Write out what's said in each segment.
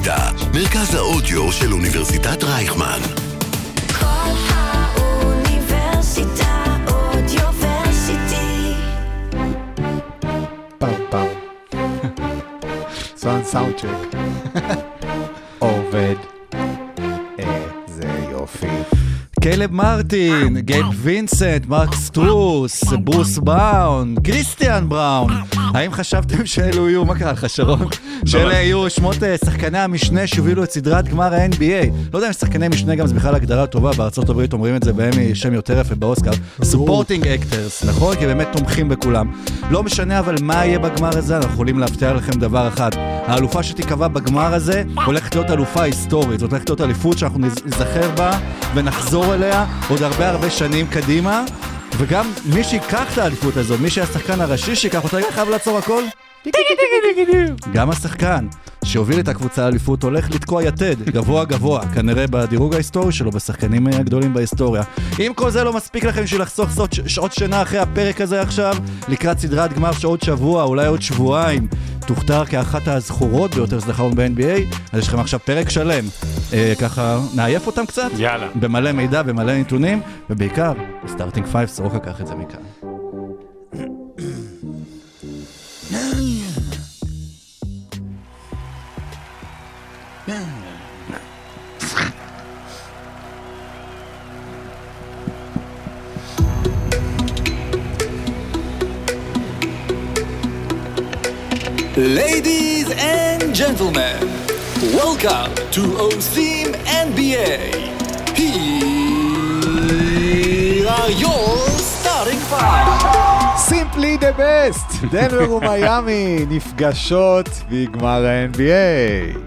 הידע, מרכז האודיו של אוניברסיטת רייכמן. כל האוניברסיטה אודיוורסיטי. פעם פעם. סאונד צ'ק. עובד. איזה יופי. קלב מרטין, גייב וינסנט, מרק סטרוס, ברוס בראון, קריסטיאן בראון. האם חשבתם שאלו יהיו, מה קרה לך שרון? שאלה יהיו שמות שחקני המשנה שהובילו את סדרת גמר ה-NBA. לא יודע אם שחקני משנה גם זה בכלל הגדרה טובה, בארצות הברית אומרים את זה בהם שם יותר יפה באוסקר. סופורטינג אקטרס, נכון? כי באמת תומכים בכולם. לא משנה אבל מה יהיה בגמר הזה, אנחנו יכולים להבטיח לכם דבר אחד. האלופה שתיקבע בגמר הזה הולכת להיות אלופה היסטורית. זאת הולכת להיות אליפות שאנחנו נזכר בה ונחזור אליה עוד הרבה שנים קדימה, וגם מי שיקח את האליפות הזאת, מי שהשחקן הראשי שיקח אותה, חייב לעצור הכל. גם השחקן שהוביל את הקבוצה האליפות הולך לתקוע יתד גבוה, כנראה בדירוג ההיסטורי שלו, בשחקנים הגדולים בהיסטוריה. אם כל זה לא מספיק לכם בשביל לחסוך שעות שינה אחרי הפרק הזה עכשיו, לקראת סדרת גמר שעוד שבוע, אולי עוד שבועיים, תוכתר כאחת הזכורות ביותר שזכרנו ב-NBA, אז יש לכם עכשיו פרק שלם. ככה נעייף אותם קצת, יאללה. במלא מידע, במלא נתונים, ובעיקר, סטארטינג 5, סורוקה קח את זה מכאן. Ladies and gentlemen, welcome to OSIM NBA. Here are your starting five. Simply the best. דנבר ומיימי נפגשות בגמר ה-NBA.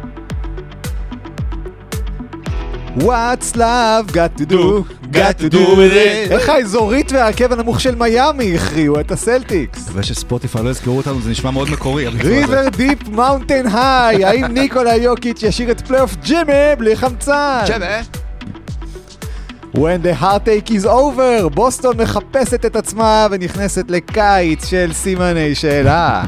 What's love got to do with it. איך האזורית והרכב הנמוך של מיימי הכריעו את הסלטיקס? ושספוטיפיי לא הזכרו אותנו, זה נשמע מאוד מקורי. ריבר דיפ מאונטן היי. האם ניקולה יוקיץ' ישיר את פלייאוף ג'ימי בלי חמצן? When the heartache is over, בוסטון מחפשת את עצמה ונכנסת לקיץ של סימני שאלה.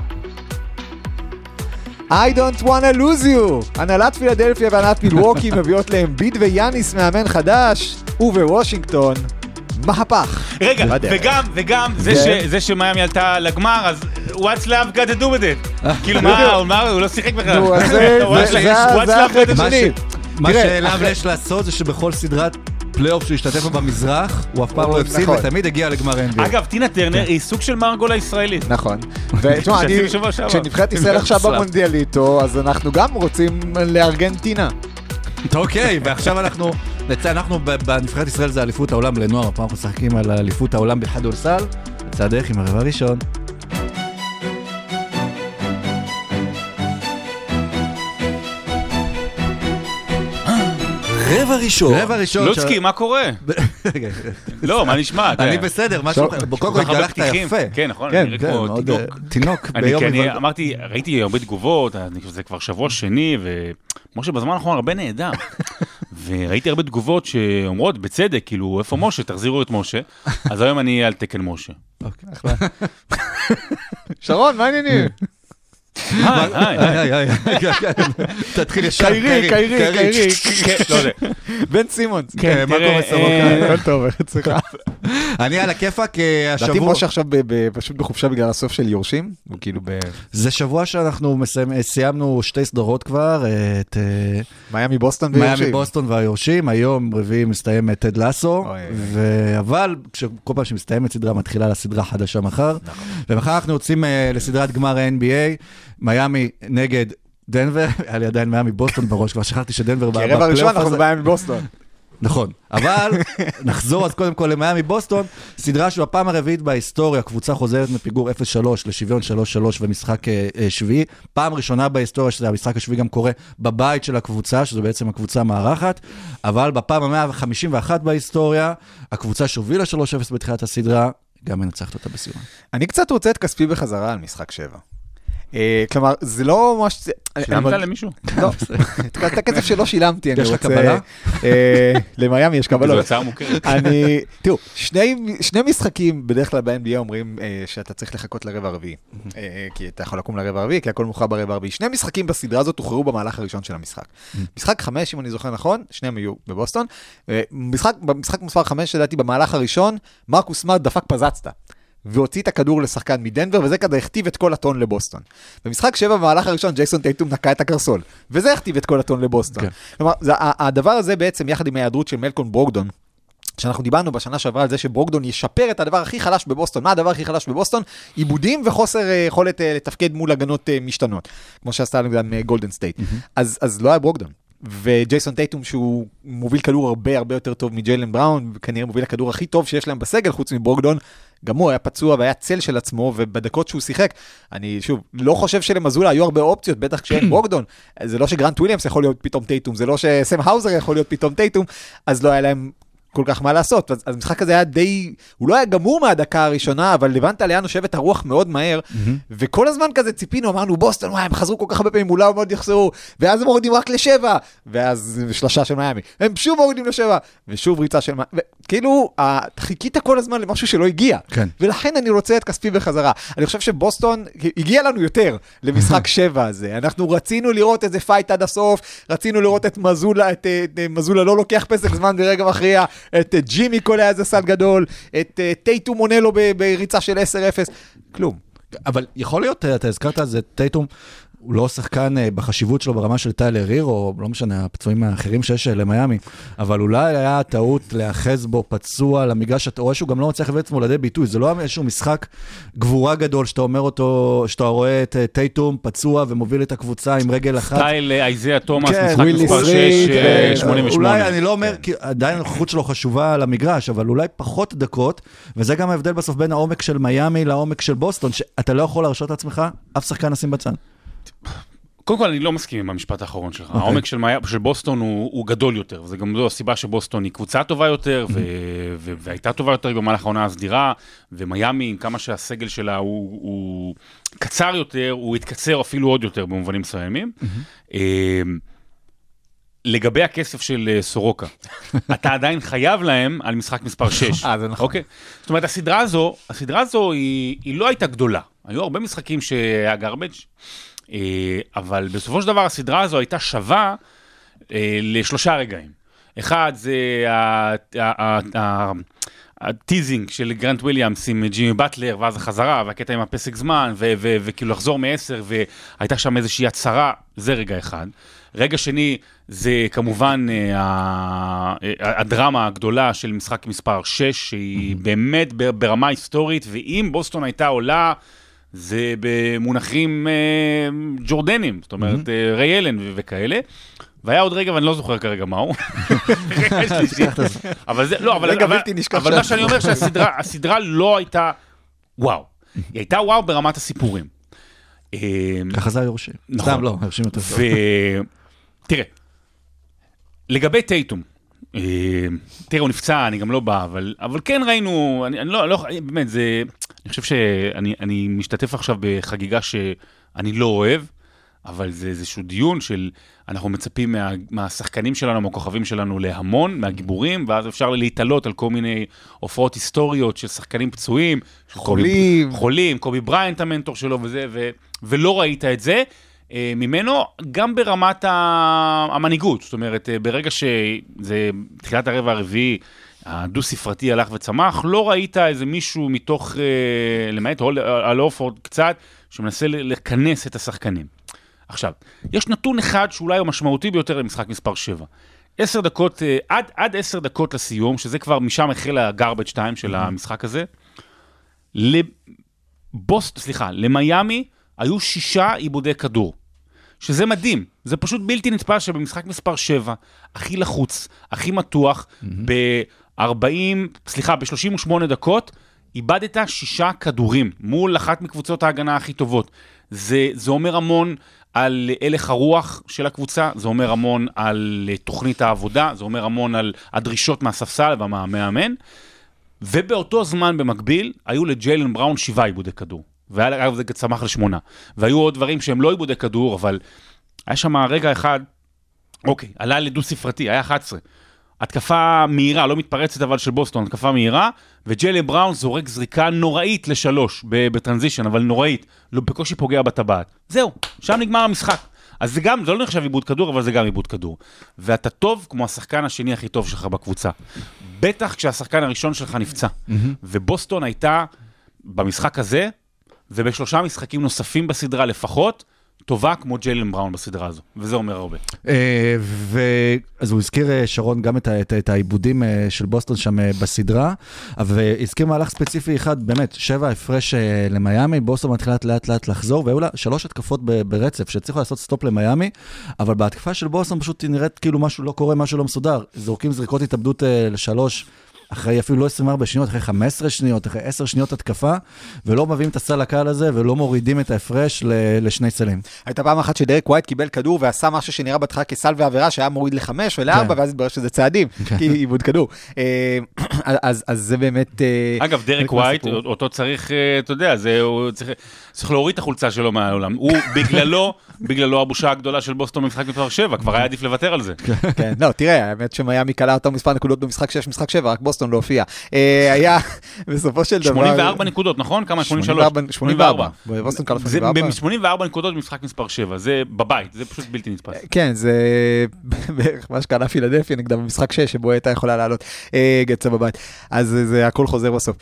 I don't wanna lose you. הנהלת פילדלפיה והנהלת מילווקי מביאות לאמביד ויאניס מאמן חדש, ובוושינגטון מהפך. רגע, וגם זה שמיימי עלתה לגמר, אז what's love got to do with it? כאילו מה, הוא לא שיחק בכלל. נו, אז זה החלק השני. מה שאליו יש לעשות זה שבכל סדרת פלייאוף שהוא השתתף במזרח, הוא אף פעם לא הפסיד ותמיד הגיע לגמר NBA. אגב, טינה טרנר היא סוג של מרגול הישראלית. נכון. ותשמע, כשנבחרת ישראל עכשיו במונדיאליטו, אז אנחנו גם רוצים לארגן טינה. אוקיי, ועכשיו אנחנו בנבחרת ישראל זה אליפות העולם לנוער, הפעם אנחנו משחקים על אליפות העולם בכדורסל, צעד איך עם הרבע הראשון. רבע ראשון. לוצקי, מה קורה? לא, מה נשמע? אני בסדר, משהו, קודם כל התגלחת יפה. כן, נכון, אני נראה כמו תינוק. אני אמרתי, ראיתי הרבה תגובות, זה כבר שבוע שני, ומשה בזמן האחרון הרבה נהדר. וראיתי הרבה תגובות שאומרות, בצדק, כאילו, איפה משה? תחזירו את משה. אז היום אני על תקן משה. שרון, מה העניינים? היי. תתחיל ישר. קיירי. בן סימונס. מה קורה סורוקה? הכל טוב, אצלך. אני על הכיפק השבוע. דעתי משה עכשיו פשוט בחופשה בגלל הסוף של יורשים. זה שבוע שאנחנו סיימנו שתי סדרות כבר. מיימי בוסטון והיורשים. היום רביעי מסתיים טד לסו. אבל כל פעם שמסתיימת סדרה מתחילה לסדרה חדשה מחר. ומחר אנחנו יוצאים לסדרת גמר ה-NBA. מיימי נגד דנבר, היה לי עדיין מיימי בוסטון בראש, כבר שכחתי שדנבר כי רבע ראשון אנחנו במיימי בוסטון. נכון, אבל נחזור אז קודם כל למיימי בוסטון, סדרה שהוא הפעם הרביעית בהיסטוריה, קבוצה חוזרת מפיגור 0-3 לשוויון 3-3 ומשחק שביעי, פעם ראשונה בהיסטוריה שזה המשחק השביעי גם קורה בבית של הקבוצה, שזו בעצם הקבוצה המארחת, אבל בפעם ה-151 בהיסטוריה, הקבוצה שהובילה 3-0 בתחילת הסדרה, גם מנצחת אותה בסיום. אני קצת רוצה את כספי בחזרה על משחק 7. כלומר, זה לא ממש... שילמת למישהו? לא, את הכסף שלא שילמתי, אני רוצה... יש לך קבלה? למיימי יש זו קבלות. הצעה מוכרת. תראו, שני משחקים בדרך כלל ב-NBA אומרים שאתה צריך לחכות לרבע הרביעי. כי אתה יכול לקום לרבע הרביעי, כי הכל מוכרע ברבע הרביעי. שני משחקים בסדרה הזאת הוכרעו במהלך הראשון של המשחק. משחק 5, אם אני זוכר נכון, שניהם היו בבוסטון. במשחק מספר 5, לדעתי, במהלך הראשון, מרקוס סמארט דפק פזצת. והוציא את הכדור לשחקן מדנבר, וזה כדי הכתיב את כל הטון לבוסטון. במשחק 7 במהלך הראשון, ג'ייסון טייטום נקע את הקרסול, וזה הכתיב את כל הטון לבוסטון. כלומר, הדבר הזה בעצם, יחד עם ההיעדרות של מלקון ברוקדון, שאנחנו דיברנו בשנה שעברה על זה שברוקדון ישפר את הדבר הכי חלש בבוסטון. מה הדבר הכי חלש בבוסטון? עיבודים וחוסר יכולת לתפקד מול הגנות משתנות, כמו שעשתה גם גולדן סטייט. אז לא היה ברוקדון. וג'ייסון טייטום שהוא מוביל כדור הרבה יותר טוב מג'יילן בראון, וכנראה מוביל הכדור הכי טוב שיש להם בסגל חוץ מברוקדון, גם הוא היה פצוע והיה צל של עצמו, ובדקות שהוא שיחק, אני שוב, לא חושב שלמזולה היו הרבה אופציות, בטח כשאין ברוקדון, זה לא שגרנט וויליאמס יכול להיות פתאום טייטום, זה לא שסם האוזר יכול להיות פתאום טייטום, אז לא היה להם כל כך מה לעשות. אז המשחק הזה היה די, הוא לא היה גמור מהדקה הראשונה, אבל לבנת עליה נושבת הרוח מאוד מהר, וכל הזמן כזה ציפינו, אמרנו, בוסטון, וואי, הם חזרו כל כך הרבה פעמים, אולי הם עוד יחזרו, ואז הם מורידים רק ל7, ואז שלושה של מיימי, הם שוב מורידים ל7, ושוב ריצה של מיימי, וכאילו, חיכית כל הזמן למשהו שלא הגיע, ולכן אני רוצה את כספי בחזרה. אני חושב שבוסטון הגיע לנו יותר למשחק 7 הזה. אנחנו רצינו לראות איזה פייט עד הסוף, רצינו לראות את מזולה לא לוקח פסק זמן ברגע מכריע, את ג'ימי קולע איזה סל גדול, את טייטום עונה לו בריצה של 10-0, כלום. אבל יכול להיות, אתה הזכרת על זה, טייטום הוא לא שחקן בחשיבות שלו ברמה של טיילר ריר, או לא משנה, הפצועים האחרים שיש למיימי, אבל אולי היה טעות להאחז בו פצוע למגרש, אתה רואה שהוא גם לא מצליח להביא עצמו לידי ביטוי, זה לא איזשהו משחק גבורה גדול, שאתה אומר אותו, שאתה רואה את טייטום פצוע ומוביל את הקבוצה עם רגל אחת. סטייל איזיה תומאס, משחק מספר 6, 88. אולי, אני לא אומר, כי עדיין הנוכחות שלו חשובה למגרש, אבל אולי פחות דקות, וזה גם ההבדל בסוף בין העומק של מיימי לעומק של בוסטון, שאתה לא יכול להרשות לעצמך אף שחקן לשים בצד. קודם כל, אני לא מסכים עם המשפט האחרון שלך. העומק של בוסטון הוא גדול יותר, וזה גם זו הסיבה שבוסטון היא קבוצה טובה יותר, והייתה טובה יותר במהלך העונה הסדירה, ומיימי, עם כמה שהסגל שלה הוא קצר יותר, הוא התקצר אפילו עוד יותר במובנים מסוימים. לגבי הכסף של סורוקה, אתה עדיין חייב להם על משחק מספר 6. זה נכון. אוקיי? זאת אומרת, הסדרה הזו היא לא הייתה גדולה. היו הרבה משחקים שהיה גרבג', אבל בסופו של דבר הסדרה הזו הייתה שווה לשלושה רגעים. אחד זה הטיזינג של גרנט וויליאמס עם ג'ימי באטלר, ואז החזרה, והקטע עם הפסק זמן, וכאילו לחזור מ10, והייתה שם איזושהי הצהרה, זה רגע אחד. רגע שני, זה כמובן הדרמה הגדולה של משחק מספר 6, שהיא באמת ברמה היסטורית, ואם בוסטון הייתה עולה, זה במונחים ג'ורדנים, זאת אומרת, ריי אלן וכאלה. והיה עוד רגע, ואני לא זוכר כרגע מהו. אבל מה שאני אומר שהסדרה לא הייתה וואו. היא הייתה וואו ברמת הסיפורים. ככה זה היורשים. סתם לא, היורשים יותר טוב. תראה, לגבי טייטום, תראה, הוא נפצע, אני גם לא בא, אבל כן ראינו, באמת, אני חושב שאני משתתף עכשיו בחגיגה שאני לא אוהב, אבל זה איזשהו דיון של, אנחנו מצפים מהשחקנים שלנו, מהכוכבים שלנו להמון, מהגיבורים, ואז אפשר להתעלות על כל מיני הופעות היסטוריות של שחקנים פצועים, חולים, קובי בריינט המנטור שלו וזה, ולא ראית את זה ממנו, גם ברמת המנהיגות, זאת אומרת, ברגע שזה תחילת הרבע הרביעי, הדו-ספרתי הלך וצמח, לא ראית איזה מישהו מתוך, למעט על אופורד קצת, שמנסה לכנס את השחקנים. עכשיו, יש נתון אחד שאולי הוא משמעותי ביותר למשחק מספר 7. 10 דקות, עד 10 דקות לסיום, שזה כבר משם החל הגרבג' 2 של המשחק הזה, למיימי היו 6 עיבודי כדור. שזה מדהים, זה פשוט בלתי נתפס שבמשחק מספר 7, הכי לחוץ, הכי מתוח, ב-38 דקות, איבדת 6 כדורים, מול אחת מקבוצות ההגנה הכי טובות. זה אומר המון על הלך הרוח של הקבוצה, זה אומר המון על תוכנית העבודה, זה אומר המון על הדרישות מהספסל ומהמאמן, ובאותו זמן במקביל, היו לג'יילן בראון 7 עיבודי כדור. ואגב זה צמח ל8, והיו עוד דברים שהם לא איבודי כדור, אבל היה שם רגע אחד, אוקיי, עלה לדו ספרתי, היה 11, התקפה מהירה, לא מתפרצת אבל של בוסטון, התקפה מהירה, וג'יילן בראון זורק זריקה נוראית ל3 בטרנזישן, אבל נוראית, לא בקושי פוגע בטבעת. זהו, שם נגמר המשחק. אז זה גם, זה לא נחשב איבוד כדור, אבל זה גם איבוד כדור. ואתה טוב כמו השחקן השני הכי טוב שלך בקבוצה. בטח כשהשחקן הראשון שלך נפצע. ובוסטון הייתה במשחק הזה, ובשלושה משחקים נוספים בסדרה לפחות, טובה כמו ג'יילן בראון בסדרה הזו, וזה אומר הרבה. אז הוא הזכיר שרון גם את העיבודים של בוסטון שם בסדרה, והזכיר מהלך ספציפי אחד, באמת, 7 הפרש למיימי, בוסטון מתחילה לאט לאט לחזור, והיו לה 3 התקפות ברצף, שצריכו לעשות סטופ למיימי, אבל בהתקפה של בוסטון פשוט נראית כאילו משהו לא קורה, משהו לא מסודר, זורקים זריקות התאבדות ל3, אחרי אפילו לא 24 שניות, אחרי 15 שניות, אחרי 10 שניות התקפה, ולא מביאים את הסל הקל הזה, ולא מורידים את ההפרש לשני סלים. הייתה פעם אחת שדרק ווייט קיבל כדור, ועשה משהו שנראה בהתחלה כסל ועבירה, שהיה מוריד ל5 ול4, ואז התברר שזה צעדים, כי איבוד כדור. אז זה באמת... אגב, דרק ווייט, אותו צריך, אתה יודע, צריך להוריד את החולצה שלו מהעולם. הוא, בגללו הבושה הגדולה של בוסטון במשחק מספר 7, כבר היה עדיף לוותר על זה. כן, לא, תראה, האמת שמיימי קלה אותו מספר נקודות במשחק 6, משחק 7, רק בוסטון לא הופיע. היה בסופו של דבר... 84 נקודות, נכון? כמה? 83? 84. בוסטון קלה 84. 84 נקודות במשחק מספר 7, זה בבית, זה פשוט בלתי נתפס. כן, זה בערך מה שקרה פילדלפיה נגדה במשחק 6, שבו הייתה יכולה לעלות גצה בבית. אז זה הכל חוזר בסוף.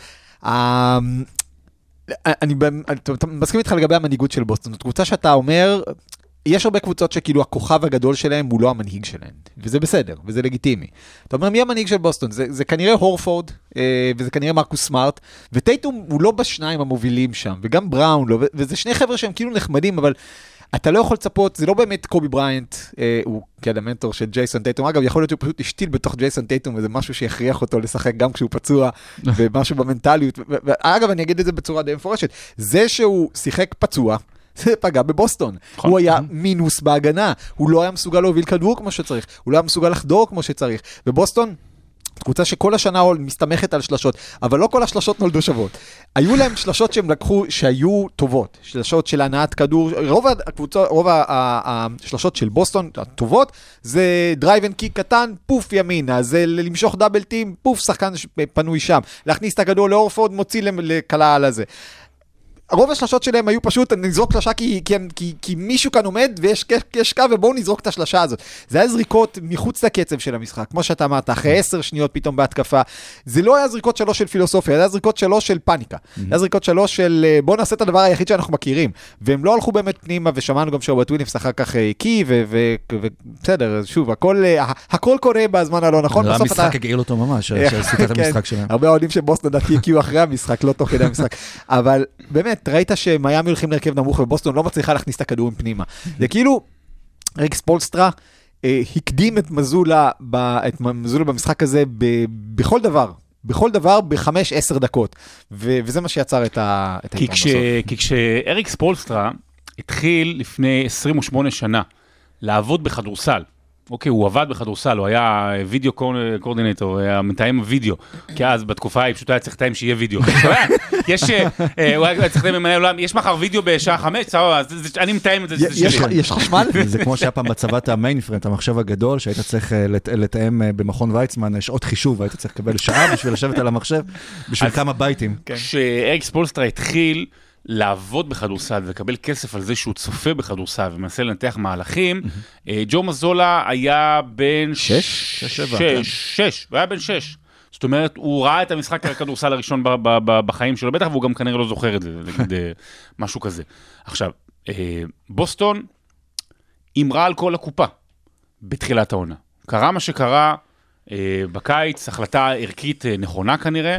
אני מסכים איתך לגבי המנהיגות של בוסטון. זאת קבוצה שאתה אומר... יש הרבה קבוצות שכאילו הכוכב הגדול שלהם הוא לא המנהיג שלהם, וזה בסדר, וזה לגיטימי. אתה אומר, מי המנהיג של בוסטון? זה כנראה הורפורד, וזה כנראה מרקוס סמארט, וטייטום הוא לא בשניים המובילים שם, וגם בראון לא, וזה שני חבר'ה שהם כאילו נחמדים, אבל אתה לא יכול לצפות, זה לא באמת קובי בריינט, הוא כדמנטור של ג'ייסון טייטום, אגב, יכול להיות שהוא פשוט השתיל בתוך ג'ייסון טייטום, וזה משהו שיכריח אותו לשחק גם כשהוא פצוע, ומשהו במנטליות, ואגב, אני אגיד את זה בצורה די מפורשת, זה שהוא שיחק פצוע, זה פגע בבוסטון. הוא היה מינוס בהגנה. הוא לא היה מסוגל להוביל כדור כמו שצריך. הוא לא היה מסוגל לחדור כמו שצריך. ובוסטון, קבוצה שכל השנה מסתמכת על שלשות, אבל לא כל השלשות נולדו שוות. היו להם שלשות שהם לקחו שהיו טובות. שלשות של הנעת כדור. רוב השלשות של בוסטון הטובות, זה דרייב אנד קיק קטן, פוף ימינה. זה למשוך דאבל טים, פוף שחקן פנוי שם. להכניס את הכדור לאורפורד, מוציא לקלה על הזה. הרוב השלשות שלהם היו פשוט, נזרוק שלשה כי מישהו כאן עומד ויש קו ובואו נזרוק את השלשה הזאת. זה היה זריקות מחוץ לקצב של המשחק, כמו שאתה אמרת, אחרי 10 שניות פתאום בהתקפה. זה לא היה זריקות שלו של פילוסופיה, זה היה זריקות שלו של פאניקה. זה היה זריקות שלו של בואו נעשה את הדבר היחיד שאנחנו מכירים. והם לא הלכו באמת פנימה, ושמענו גם שרוברט וויליאמס אחר כך קי, ובסדר, שוב, הכל קורה בזמן הלא נכון. המשחק הגעיל אותו ממש, שעשית המשחק שלהם. הרבה אוהדים שבוסטון דעתי הקיעו אחרי המשחק, לא תוך כדי המשחק. אבל באמת, ראית שמיימי הולכים להרכב נמוך ובוסטון לא מצליחה להכניס את הכדורים פנימה. זה כאילו, ריק ספולסטרה הקדים את מזולה במשחק הזה בכל דבר ב5-10 דקות. וזה מה שיצר את העיתון הזאת. כי כשאריק ספולסטרה התחיל לפני 28 שנה לעבוד בכדורסל, אוקיי, הוא עבד בכדורסל, הוא היה וידאו קורדינטור, היה מתאם וידאו, כי אז בתקופה היא פשוט היה צריך לתאם שיהיה וידאו. הוא היה צריך לתאם ממנהל עולם, יש מחר וידאו בשעה 5, אני מתאם את זה. יש חשמל? זה כמו שהיה פעם בצוות המיינפרנט, המחשב הגדול, שהיית צריך לתאם במכון ויצמן, שעות חישוב, והיית צריך לקבל שעה בשביל לשבת על המחשב, בשביל כמה בייטים. כשאריק ספולסטרה התחיל לעבוד בכדורסל ולקבל כסף על זה שהוא צופה בכדורסל ומנסה לנתח מהלכים, ג'ו מזולה היה בן 6, הוא היה בן 6. זאת אומרת, הוא ראה את המשחק הכדורסל הראשון בחיים שלו, בטח, והוא גם כנראה לא זוכר את זה, נגיד משהו כזה. עכשיו, בוסטון אמרה על כל הקופה בתחילת העונה. קרה מה שקרה בקיץ, החלטה ערכית נכונה כנראה,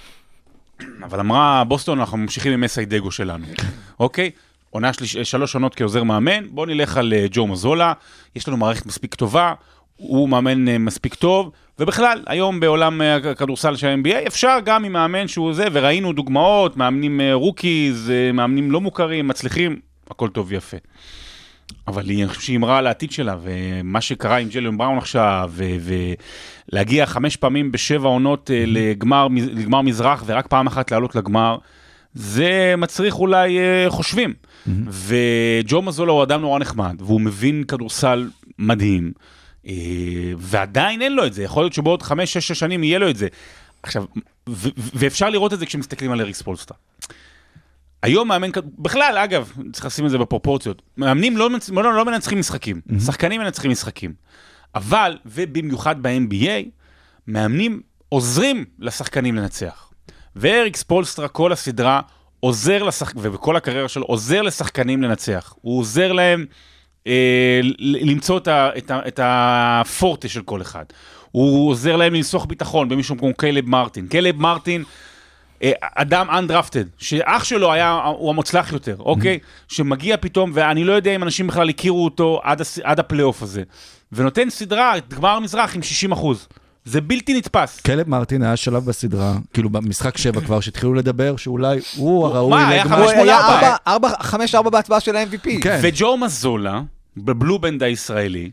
אבל אמרה, בוסטון, אנחנו ממשיכים עם מסי דגו שלנו. אוקיי? עונה 3 עונות כעוזר מאמן, בואו נלך על ג'ו מזולה, יש לנו מערכת מספיק טובה, הוא מאמן מספיק טוב, ובכלל, היום בעולם הכדורסל של ה-NBA, אפשר גם עם מאמן שהוא זה, וראינו דוגמאות, מאמנים רוקיז, מאמנים לא מוכרים, מצליחים, הכל טוב ויפה. אבל היא חושב שהיא אמרה על העתיד שלה, ומה שקרה עם ג'יילן בראון עכשיו, ולהגיע 5 פעמים ב7 עונות לגמר מזרח, ורק פעם אחת לעלות לגמר, זה מצריך אולי חושבים. וג'ו מזולה הוא אדם נורא נחמד, והוא מבין כדורסל מדהים, ועדיין אין לו את זה. יכול להיות שבעוד 5-6 שנים יהיה לו את זה. עכשיו, ואפשר לראות את זה כשמסתכלים על אריק ספולסטרה. היום מאמן, בכלל, אגב, צריך לשים את זה בפרופורציות, מאמנים לא מנצחים משחקים, שחקנים מנצחים משחקים. אבל, ובמיוחד ב-NBA, מאמנים עוזרים לשחקנים לנצח. ואריק ספולסטרה, כל הסדרה, עוזר ובכל הקריירה שלו, עוזר לשחקנים לנצח. הוא עוזר להם למצוא את הפורטה של כל אחד. הוא עוזר להם לנסוח ביטחון במישהו כמו קלב מרטין. קלב מרטין, אדם undrafted, שאח שלו הוא המוצלח יותר, אוקיי? שמגיע פתאום, ואני לא יודע אם אנשים בכלל הכירו אותו עד הפלייאוף הזה. ונותן סדרה, גמר מזרח עם 60%. זה בלתי נתפס. קלב מרטין היה שלב בסדרה, כאילו במשחק 7 כבר, שהתחילו לדבר, שאולי הוא הראוי... מה, היה 5-4 בהצבעה של ה-MVP. וג'ו מזולה, בבלובנד הישראלי,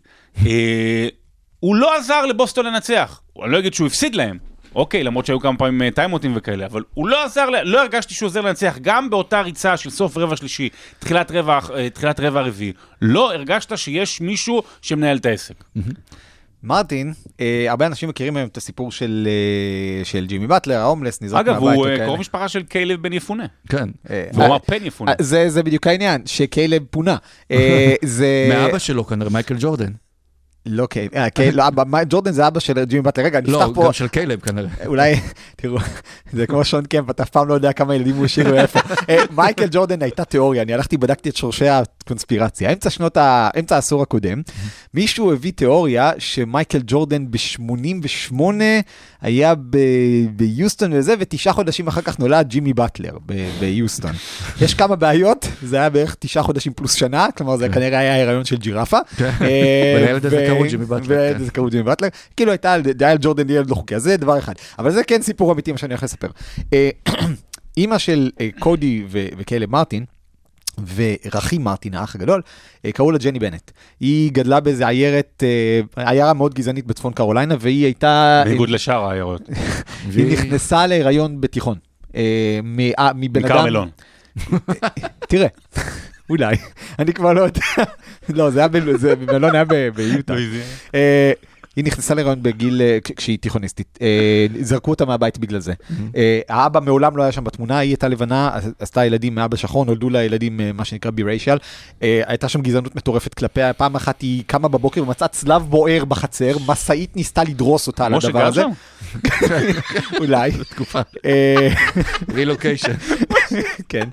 הוא לא עזר לבוסטון לנצח. אני לא אגיד שהוא הפסיד להם. אוקיי, למרות שהיו כמה פעמים טיימוטים וכאלה, אבל הוא לא עזר, לא הרגשתי שהוא עוזר לנצח, גם באותה ריצה של סוף רבע שלישי, תחילת רבע רביעי, לא הרגשת שיש מישהו שמנהל את העסק. מרטין, הרבה אנשים מכירים היום את הסיפור של ג'ימי באטלר, ההומלס, נזרק מהבית. אגב, הוא קרוב משפחה של קיילב בן יפונה. כן. והוא אמר פן יפונה. זה בדיוק העניין, שקיילב פונה. מאבא שלו כנראה, מייקל ג'ורדן. לא ג'ורדן זה אבא של ג'ימי באטלר. רגע, נפתח פה... לא, גם של קיילב כנראה. אולי, תראו, זה כמו שון קמפ, אתה אף פעם לא יודע כמה ילדים הוא השאיר ואיפה. מייקל ג'ורדן הייתה תיאוריה, אני הלכתי, בדקתי את שורשי הקונספירציה. אמצע העשור הקודם, מישהו הביא תיאוריה שמייקל ג'ורדן ב-88 היה ביוסטון וזה, ו9 חודשים אחר כך נולד ג'ימי באטלר ביוסטון. יש כמה בעיות, זה היה בערך 9 חודשים פלוס שנה, כלומר זה כנראה היה ההיריון של ג'ירפה. ולילד הזה קראו ג'ימי באטלר. וזה קראו ג'ימי באטלר. כאילו הייתה ג'ורדן ילד לא חוקי, אז זה דבר אחד. אבל זה כן סיפור אמיתי, מה שאני הולך לספר. אמא של קודי וקיילב מרטין, ורחים מרטין, האח הגדול, קראו לה ג'ני בנט. היא גדלה באיזה עיירה מאוד גזענית בצפון קרוליינה, והיא הייתה... בניגוד לשאר העיירות. היא נכנסה להיריון בתיכון. מקרמלון. תראה, אולי, אני כבר לא יודע. לא, זה מלון היה ביוטה. היא נכנסה להיריון בגיל, כשהיא תיכוניסטית. זרקו אותה מהבית בגלל זה. האבא מעולם לא היה שם בתמונה, היא הייתה לבנה, עשתה ילדים מאבא שחור, נולדו לה ילדים, מה שנקרא ביריישל. הייתה שם גזענות מטורפת כלפיה. פעם אחת היא קמה בבוקר ומצאה צלב בוער בחצר, מסעית ניסתה לדרוס אותה על הדבר הזה. אולי. תקופה. רילוקיישן. כן.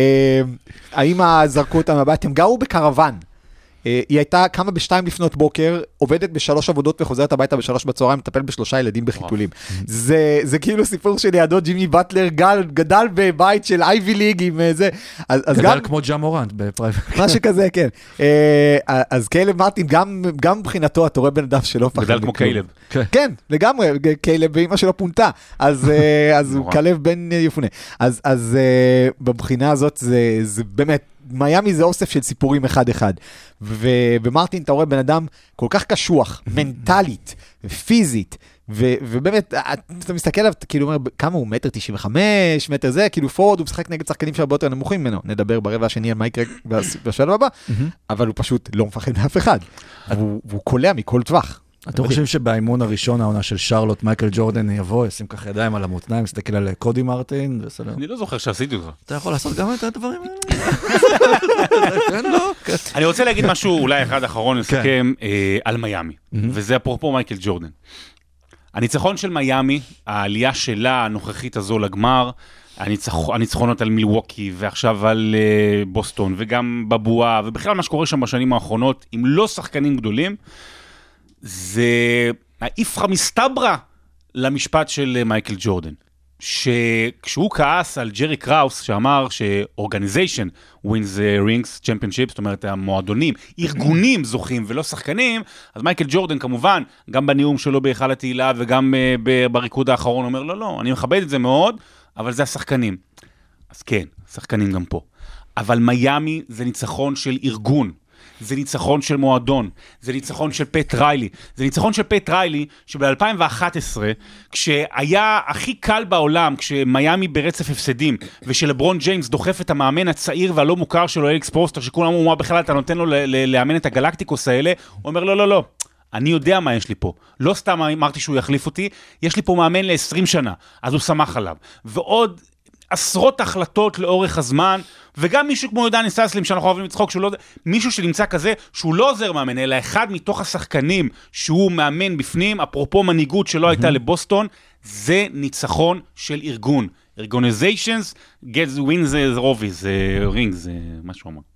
האמא זרקו אותה מהבית, הם גרו בקרוון. היא הייתה קמה ב2 לפנות בוקר, עובדת ב3 עבודות וחוזרת הביתה ב3 בצהריים, מטפל ב3 ילדים בחיתולים. זה כאילו סיפור שלידו ג'ימי באטלר גדל בבית של אייבי ליג עם זה. גדל כמו ג'ה מורנט בפרייבט. משהו כזה, כן. אז קיילב מרטין, גם מבחינתו, אתה רואה בן אדם שלא פחד. גדל כמו קיילב. כן, לגמרי, קיילב ואמא שלו פונתה, אז הוא כלב בן יפונה. אז בבחינה הזאת זה באמת, מיאמי זה אוסף של סיפורים אחד-אחד, ובמרטין אתה רואה בן אדם כל כך קשוח, מנטלית, פיזית, ובאמת, אתה מסתכל עליו, כאילו אומר, כמה הוא? 1.95 מטר זה, כאילו פורד, הוא משחק נגד שחקנים שהרבה יותר נמוכים ממנו, נדבר ברבע השני על מה יקרה בשלב הבא, אבל הוא פשוט לא מפחד מאף אחד, והוא קולע מכל טווח. אתם חושבים שבאימון הראשון, העונה של שרלוט, מייקל ג'ורדן יבוא, ישים ככה ידיים על המותניים, מסתכל על קודי מרטין, וסלם. אני לא זוכר שעשיתי אותך. אתה יכול לעשות גם את הדברים האלה? כן, לא? אני רוצה להגיד משהו, אולי אחד אחרון, לסכם על מיאמי, וזה אפרופו מייקל ג'ורדן. הניצחון של מיאמי, העלייה שלה, הנוכחית הזו לגמר, הניצחונות על מילווקי, ועכשיו על בוסטון, וגם בבועה, ובכלל מה שקורה שם בשנים האחרונות, עם לא שחקנים גדולים, זה האיפכא מסתברא למשפט של מייקל ג'ורדן, שכשהוא כעס על ג'רי קראוס, שאמר ש-organization wins the rings championship, זאת אומרת המועדונים, ארגונים זוכים ולא שחקנים, אז מייקל ג'ורדן כמובן, גם בנאום שלו בהיכל התהילה וגם בריקוד האחרון, אומר לא, אני מכבד את זה מאוד, אבל זה השחקנים. אז כן, שחקנים גם פה. אבל מיאמי זה ניצחון של ארגון, זה ניצחון של מועדון, זה ניצחון של פט ריילי, זה ניצחון של פט ריילי שב-2011, כשהיה הכי קל בעולם, כשמיימי ברצף הפסדים, ושלברון ג'יימס דוחף את המאמן הצעיר והלא מוכר שלו, אליקס פרוסטר, שכולם אמרו, מה בכלל אתה נותן לו לאמן את הגלקטיקוס האלה, הוא אומר, לא, לא, לא. אני יודע מה יש לי פה. לא סתם אמרתי שהוא יחליף אותי, יש לי פה מאמן ל-20 שנה, אז הוא שמח עליו. ועוד עשרות החלטות לאורך הזמן, וגם מישהו כמו יהודה ניססלים, שאנחנו אוהבים לצחוק, מישהו שנמצא כזה, שהוא לא עוזר מאמן, אלא אחד מתוך השחקנים שהוא מאמן בפנים, אפרופו מנהיגות שלא הייתה לבוסטון, זה ניצחון של ארגון. Organizations gets wins the rovies, rings, זה מה שהוא אמר.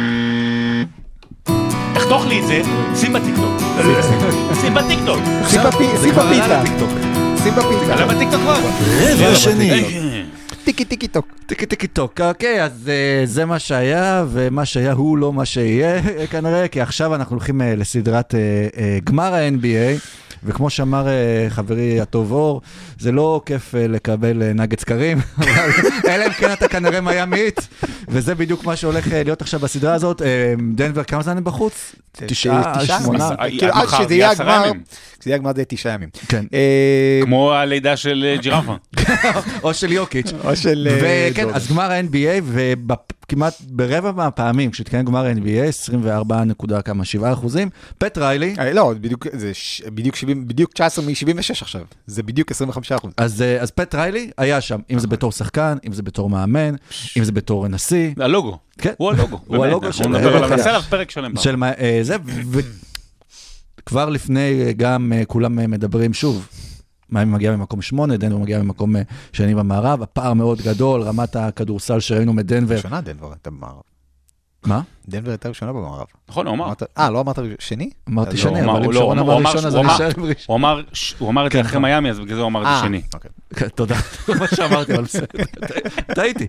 תחתוך לי את זה, שים בטיקטוק. שים בטיקטוק. שים בפיצה. שים בפיצה. עלה בטיקטוק כבר. רבע שני. טיקי טיקי טוק. טיקי טיקי טוק. אוקיי, אז זה מה שהיה, ומה שהיה הוא לא מה שיהיה כנראה, כי עכשיו אנחנו הולכים לסדרת גמר ה-NBA, וכמו שאמר חברי הטוב אור, זה לא כיף לקבל נגץ קרים, אלא אם כן אתה כנראה מיאמית, וזה בדיוק מה שהולך להיות עכשיו בסדרה הזאת. דנבר, כמה זמן הם בחוץ? 9, 8. כאילו עד שזה יהיה הגמר, כשזה יהיה הגמר זה 9 ימים. כן. כמו הלידה של ג'ירפה. או של יוקיץ'. או של... וכן, אז גמר ה-NBA, וכמעט ברבע מהפעמים, כשתקיים גמר ה-NBA, 24.7%, פט ריילי. לא, בדיוק 19 מ-76 עכשיו. זה בדיוק 25%. אז פט ריילי היה שם, אם זה בתור שחקן, אם זה בתור מאמן, אם זה בתור נשיא. הלוגו. כן. הוא הלוגו. הוא הלוגו של... נעשה עליו פרק שלם. זה, וכבר לפני גם כולם מדברים שוב, מיאמי מגיע במקום 8, דנבר מגיע במקום שני במערב, הפער מאוד גדול, רמת הכדורסל שראינו מדנבר. ראשונה דנבר הייתה במערב. מה? דנבר הייתה ראשונה במערב. נכון, הוא אמר. לא אמרת שני? אמרתי שני, אבל אם שרון אמר ראשון, אז אני אשאר עם ראשון. הוא אמר את זה אחרי מיאמי, אז בגלל זה הוא אמר את זה שני. תודה, מה שאמרתי, אבל בסדר, טעיתי.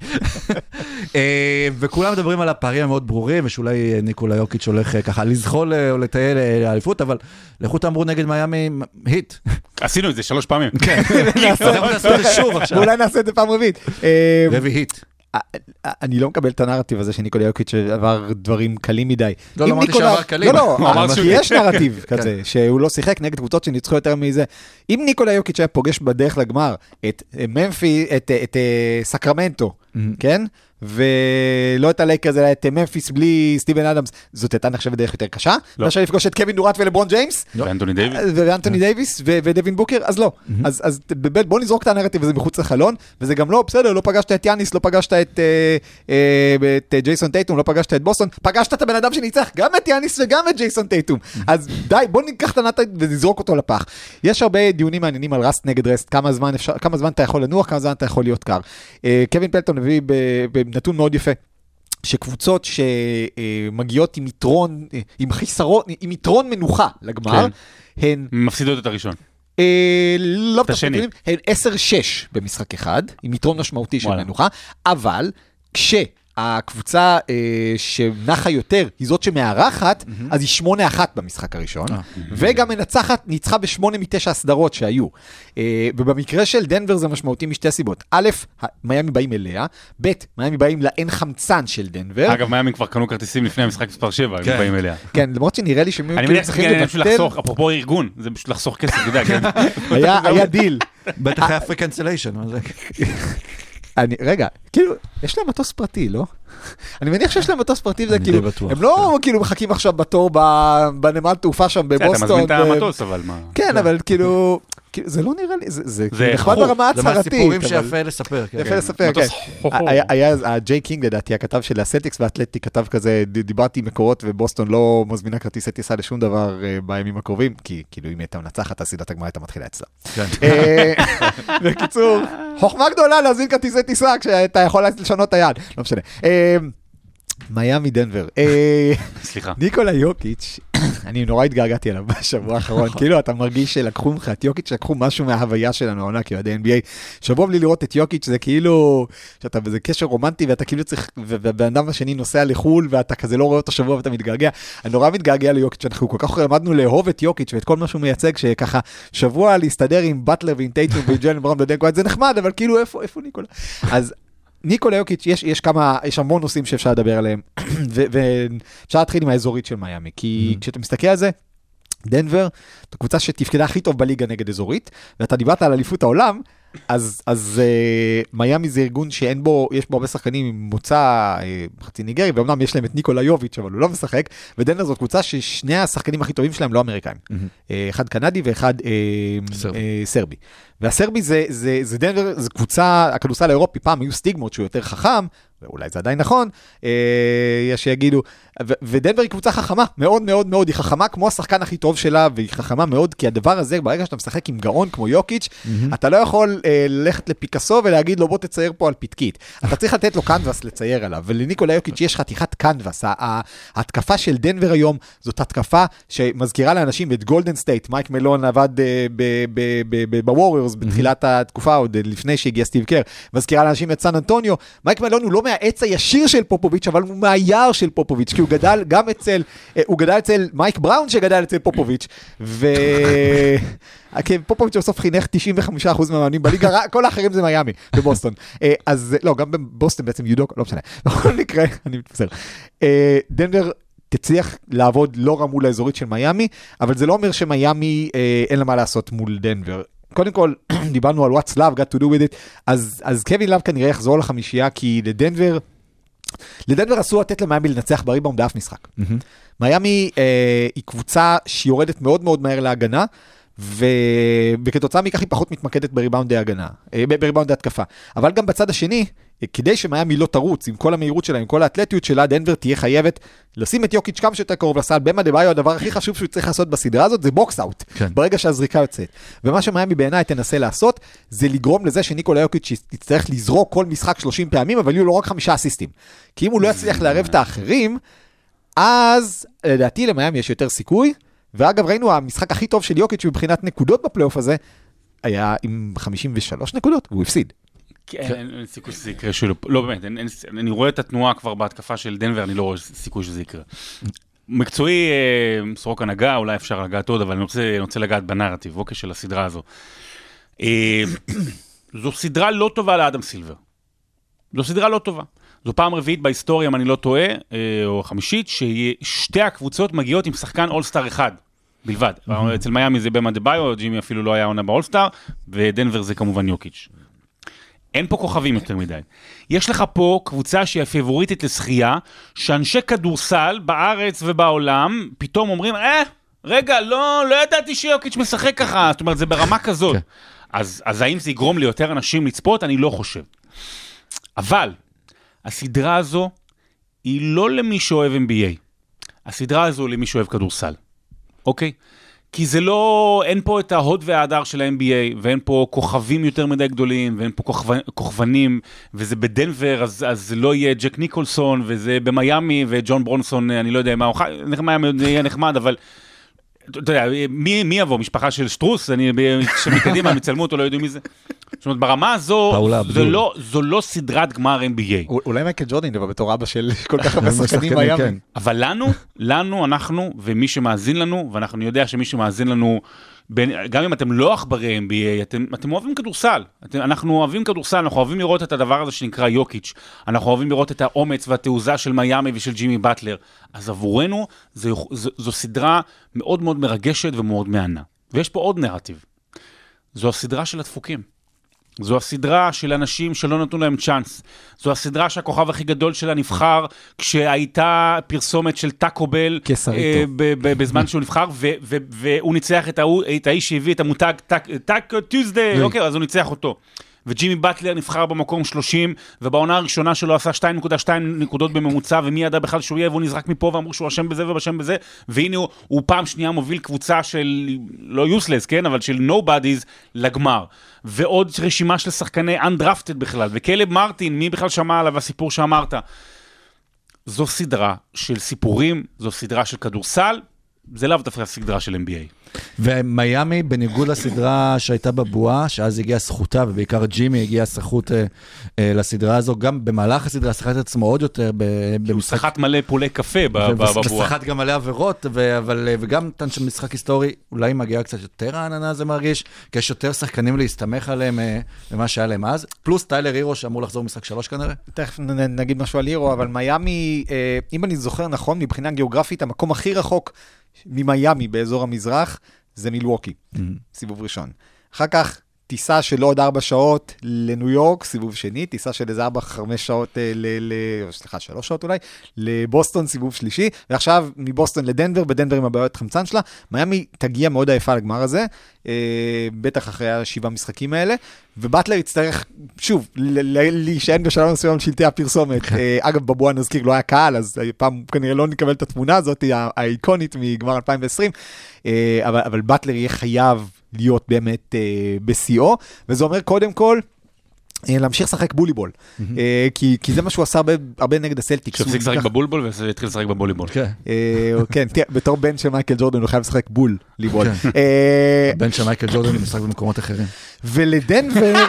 וכולם מדברים על הפערים המאוד ברורים, ושאולי ניקולה יוקיץ' הולך ככה לזחול או לטייל לאליפות, אבל לכו תאמרו נגד מיאמי היט. עשינו את זה 3 פעמים. כן, נעשה את זה שוב עכשיו. ואולי נעשה את זה פעם רביעית. רבי היט. אני לא מקבל את הנרטיב הזה שניקולה יוקיץ' עבר דברים קלים מדי. לא אמרתי שעבר קלים. לא, כי יש נרטיב כזה, שהוא לא שיחק נגד קבוצות שניצחו יותר מזה. אם ניקולה יוקיץ' היה פוגש בדרך לגמר את ממפי, את סקרמנטו, כן? ולא את הלייקרס, אלא את ממפיס בלי סטיבן אדמס, זאת הייתה נחשבת דרך יותר קשה, מאשר לפגוש את קווין דורנט ולברון ג'יימס, ואנטוני דייביס, ודווין בוקר, אז לא. אז בוא נזרוק את הנרטיב הזה מחוץ לחלון, וזה גם לא, בסדר, לא פגשת את יאניס, לא פגשת את ג'ייסון טייטום, לא פגשת את בוסטון, פגשת את הבן אדם שניצח גם את יאניס וגם את ג'ייסון טייטום. אז די, בוא ניקח את הנרטיב ונזרוק אותו לפח. יש הרבה דיונים מעניינים על רסט נגד רסט, כמה זמן אתה יכול לנוח, כמה זמן אתה יכול להיות קר. קווין פלטון הביא נתון מאוד יפה, שקבוצות שמגיעות עם יתרון, עם יתרון מנוחה לגמר, הן... מפסידות את הראשון. לא בתשני. הן 10-6 במשחק אחד, עם יתרון משמעותי של מנוחה, אבל כשהקבוצה שנחה יותר היא זאת שמארחת, אז היא 8-1 במשחק הראשון, וגם מנצחת ניצחה ב8 מ9 הסדרות שהיו. ובמקרה של דנבר זה משמעותי משתי סיבות. א', מיאמי באים אליה, ב', מיאמי באים לאין חמצן של דנבר. אגב, מיאמי כבר קנו כרטיסים לפני המשחק מספר 7, הם באים אליה. כן, למרות שנראה לי שמיאמי כאילו צריכים לבטל. אפרופו ארגון, זה פשוט לחסוך כסף, אתה יודע, כן? היה דיל. בטח היה פרי קנסליישן. רגע, כאילו, יש להם מטוס פרטי, לא? אני מניח שיש להם מטוס פרטי, זה כאילו, הם לא כאילו מחכים עכשיו בתור בנמל תעופה שם בבוסטון. אתה מזמין את המטוס, אבל מה? כן, אבל כאילו, זה לא נראה לי, זה נחמד ברמה הצהרתית. זה מהסיפורים שיפה לספר. יפה לספר, כן. היה הג'יי קינג, לדעתי, הכתב של הסלטיקס והאתלטי, כתב כזה, דיברתי עם מקורות ובוסטון לא מזמינה כרטיסי טיסה לשום דבר בימים הקרובים, כי כאילו אם הייתה מנצחת, הסדרת הגמר הייתה מתחילה אצלה. בקיצור, חוכמה גדולה להזמין כרטיסי טיסה כשאתה יכול לשנות את היד, לא משנה. מיאמי דנבר. סליחה. ניקולה יוקיץ', אני נורא התגעגעתי עליו בשבוע האחרון, כאילו אתה מרגיש שלקחו ממך את יוקיץ', לקחו משהו מההוויה שלנו, העונה כאוהדי NBA, שבוע בלי לראות את יוקיץ' זה כאילו, שאתה בזה קשר רומנטי, ואתה כאילו צריך, ובן אדם השני נוסע לחול, ואתה כזה לא רואה אותו שבוע ואתה מתגעגע, אני נורא מתגעגע ליוקיץ', אנחנו כל כך למדנו לאהוב את יוקיץ' ואת כל מה שהוא מייצג, שככה שבוע להסתדר עם באטלר ועם טייטום וג'יילן בראון ודנקו, זה נחמד, אבל כאילו איפה ניקולה? אז ניקולה יוקיץ', יש המון נושאים שאפשר לדבר עליהם, ואפשר להתחיל עם האזורית של מיאמי, כי כשאתה מסתכל על זה, דנבר, זו קבוצה שתפקדה הכי טוב בליגה נגד אזורית, ואתה דיברת על אליפות העולם, אז מיאמי זה ארגון יש בו הרבה שחקנים עם מוצא חצי ניגרי, ואומנם יש להם את ניקולה יוביץ', אבל הוא לא משחק, ודנבר זאת קבוצה ששני השחקנים הכי טובים שלהם לא אמריקאים. אחד קנדי ואחד סרבי. והסרבי זה דנבר, זה קבוצה, הכדורסל האירופי, פעם היו סטיגמות שהוא יותר חכם, ואולי זה עדיין נכון, יש שיגידו, ודנבר היא קבוצה חכמה, מאוד מאוד מאוד, היא חכמה כמו השחקן הכי טוב שלה, והיא חכמה מאוד, כי הדבר הזה, ברגע שאתה משחק עם גאון כמו יוקיץ', אתה לא יכול ללכת לפיקאסו ולהגיד לו, בוא תצייר פה על פתקית. אתה צריך לתת לו קנבס לצייר עליו, ולניקולה יוקיץ' יש חתיכת קנבס. ההתקפה של דנבר היום, זאת התקפה שמזכירה לאנשים את גולדן סטייט, מייק מלון עבד בווריורס בתחילת התקופה, עוד לפני שהגיע סטיב קר, מזכירה לאנשים את סן אנטוניו. מייק מלון הוא לא מהעץ הישיר של פופוביץ', אבל הוא מהיער של פופוביץ', כי הוא גדל גם הוא גדל אצל מייק בראון שגדל אצל פופוביץ', פופוביץ' בסוף חינך 95% מהמאמנים בליגה, כל האחרים זה מיאמי, בבוסטון. אז לא, גם בבוסטון בעצם יודוק, לא משנה. בכל מקרה, אני מתפסר. דנבר תצליח לעבוד לא רע מול האזורית של מיאמי, אבל זה לא אומר שמיאמי אין לה מה לעשות מול דנבר. קודם כל, דיברנו על what's love got to do with it, אז קווין לב כנראה יחזור לחמישייה, כי לדנבר אסור לתת למיאמי לנצח בריבאונד באף משחק. מיאמי היא קבוצה שיורדת מאוד מאוד מהר להגנה, וכתוצאה מכך היא פחות מתמקדת בריבאונדי הגנה, בריבאונדי התקפה. אבל גם בצד השני, כדי שמיאמי לא תרוץ עם כל המהירות שלה, עם כל האתלטיות שלה, דנבר תהיה חייבת לשים את יוקיץ' כמה שיותר קרוב לסל. במה דבאיו, הדבר הכי חשוב שהוא צריך לעשות בסדרה הזאת, זה בוקס אאוט, ברגע שהזריקה יוצאת. ומה שמיאמי בעיניי תנסה לעשות, זה לגרום לזה שניקולה יוקיץ' יצטרך לזרוק כל משחק 30 פעמים, אבל יהיו לו רק 5 אסיסטים. כי אם הוא לא יצליח לערב את האחרים, אז לדעתי למיאמי יש יותר סיכוי. ואגב, ראינו, המשחק הכי טוב של יוקיץ' מבחינת נקודות בפלייאוף הזה, היה עם 53 נקודות, והוא הפסיד. אין סיכוי שזה יקרה שלו, לא באמת, אני רואה את התנועה כבר בהתקפה של דנבר, אני לא רואה סיכוי שזה יקרה. מקצועי, סורוקה נגע, אולי אפשר לגעת עוד, אבל אני רוצה לגעת בנרטיב, אוקיי, של הסדרה הזו. זו סדרה לא טובה לאדם סילבר. זו סדרה לא טובה. זו פעם רביעית בהיסטוריה, אם אני לא טועה, או חמישית, ששתי הקבוצות מגיעות עם שחקן אולסטאר אחד, בלבד. אצל מיאמי זה במה דבאיו, ג'ימי אפילו לא היה עונה באולסטאר, ודנבר זה כמובן יוקיץ'. אין פה כוכבים יותר מדי. יש לך פה קבוצה שהיא הפייבוריטית לשחייה, שאנשי כדורסל בארץ ובעולם, פתאום אומרים, רגע, לא ידעתי שיוקיץ' משחק ככה, זאת אומרת, זה ברמה כזאת. אז האם זה יגרום ליותר אנשים לצפות? אני לא חושב. אבל, הסדרה הזו היא לא למי שאוהב NBA. הסדרה הזו למי שאוהב כדורסל. אוקיי? כי זה לא, אין פה את ההוד וההדר של ה-NBA, ואין פה כוכבים יותר מדי גדולים, ואין פה כוכבנים, וזה בדנבר, אז לא יהיה ג'ק ניקולסון, וזה במיימי, וג'ון ברונסון, אני לא יודע מה, מיאמי יהיה נחמד, אבל אתה יודע, מי יבוא? משפחה של שטרוס? שמקדימה, מצלמו אותו, לא יודעים מי זה. זאת אומרת, ברמה הזו, זו לא סדרת גמר NBA. אולי מייקל ג'ורדן דבר בתור אבא של כל כך הרבה שחקנים מיאמי. אבל לנו, אנחנו, ומי שמאזין לנו, ואנחנו יודע שמי שמאזין לנו, גם אם אתם לא עכברי NBA, אתם אוהבים כדורסל. אנחנו אוהבים כדורסל, אנחנו אוהבים לראות את הדבר הזה שנקרא יוקיץ'. אנחנו אוהבים לראות את האומץ והתעוזה של מיאמי ושל ג'ימי באטלר. אז עבורנו, זו סדרה מאוד מאוד מרגשת ומאוד מענה. ויש פה עוד נרטיב. זו הסדרה של הדפוקים. זו הסדרה של אנשים שלא נתנו להם צ'אנס. זו הסדרה שהכוכב הכי גדול שלה נבחר כשהייתה פרסומת של טאקו בל בזמן שהוא נבחר, והוא ניצח את האיש שהביא את המותג טאקו טיוזדיי, אוקיי, אז הוא ניצח אותו. וג'ימי באטלר נבחר במקום 30, ובעונה הראשונה שלו עשה 2.2 נקודות בממוצע, ומי ידע בכלל שהוא יהיה, והוא נזרק מפה, ואמרו שהוא אשם בזה ובשם בזה, והנה הוא פעם שנייה מוביל קבוצה של, לא useless, כן, אבל של nobodies לגמר. ועוד רשימה של שחקני undrafted בכלל, וקלב מרטין, מי בכלל שמע עליו הסיפור שאמרת? זו סדרה של סיפורים, זו סדרה של כדורסל, זה לאו דווקא סדרה של NBA. ומיימי, בניגוד לסדרה שהייתה בבועה, שאז הגיעה זכותה, ובעיקר ג'ימי הגיעה זכות לסדרה הזו, גם במהלך הסדרה שחט את עצמו עוד יותר במשחק. שחט מלא פולי קפה בבועה. ושחט גם מלא עבירות, וגם נתן שם משחק היסטורי, אולי מגיע קצת יותר העננה, זה מרגיש, כי יש יותר שחקנים להסתמך עליהם ממה שהיה להם אז, פלוס טיילר הירו שאמור לחזור משחק 3 כנראה. תכף נגיד משהו על הירו, אבל מיימי, אם אני זוכר נכון, מבחינה גיאוגרפית, המקום הכי רחוק ממיימי באזור המזרח, זה מילווקי, סיבוב ראשון. אחר כך, טיסה של עוד 4 שעות לניו יורק, סיבוב שני, טיסה של איזה 4-5 שעות, 3 שעות אולי, לבוסטון, סיבוב שלישי, ועכשיו מבוסטון לדנבר, בדנבר עם הבעיות חמצן שלה, מיימי תגיע מאוד עייפה לגמר הזה, בטח אחרי 7 משחקים האלה, ובטלר יצטרך, שוב, להישען בשלב מסוים שלטי הפרסומת. אגב, בבועה נזכיר, לא היה קהל, אז פעם כנראה לא נקבל את התמונה הזאת, האיקונית מגמר 2020, אבל בטלר יהיה חייב להיות באמת בשיאו, וזה אומר קודם כל, להמשיך לשחק בוליבול, כי זה מה שהוא עשה הרבה נגד הסלטיקס. כשהפסיק לשחק בבולבול והתחיל לשחק בבוליבול. כן, בתור בן של מייקל ג'ורדן הוא חייב לשחק בוליבול. בן של מייקל ג'ורדן הוא משחק במקומות אחרים. ולדנבר...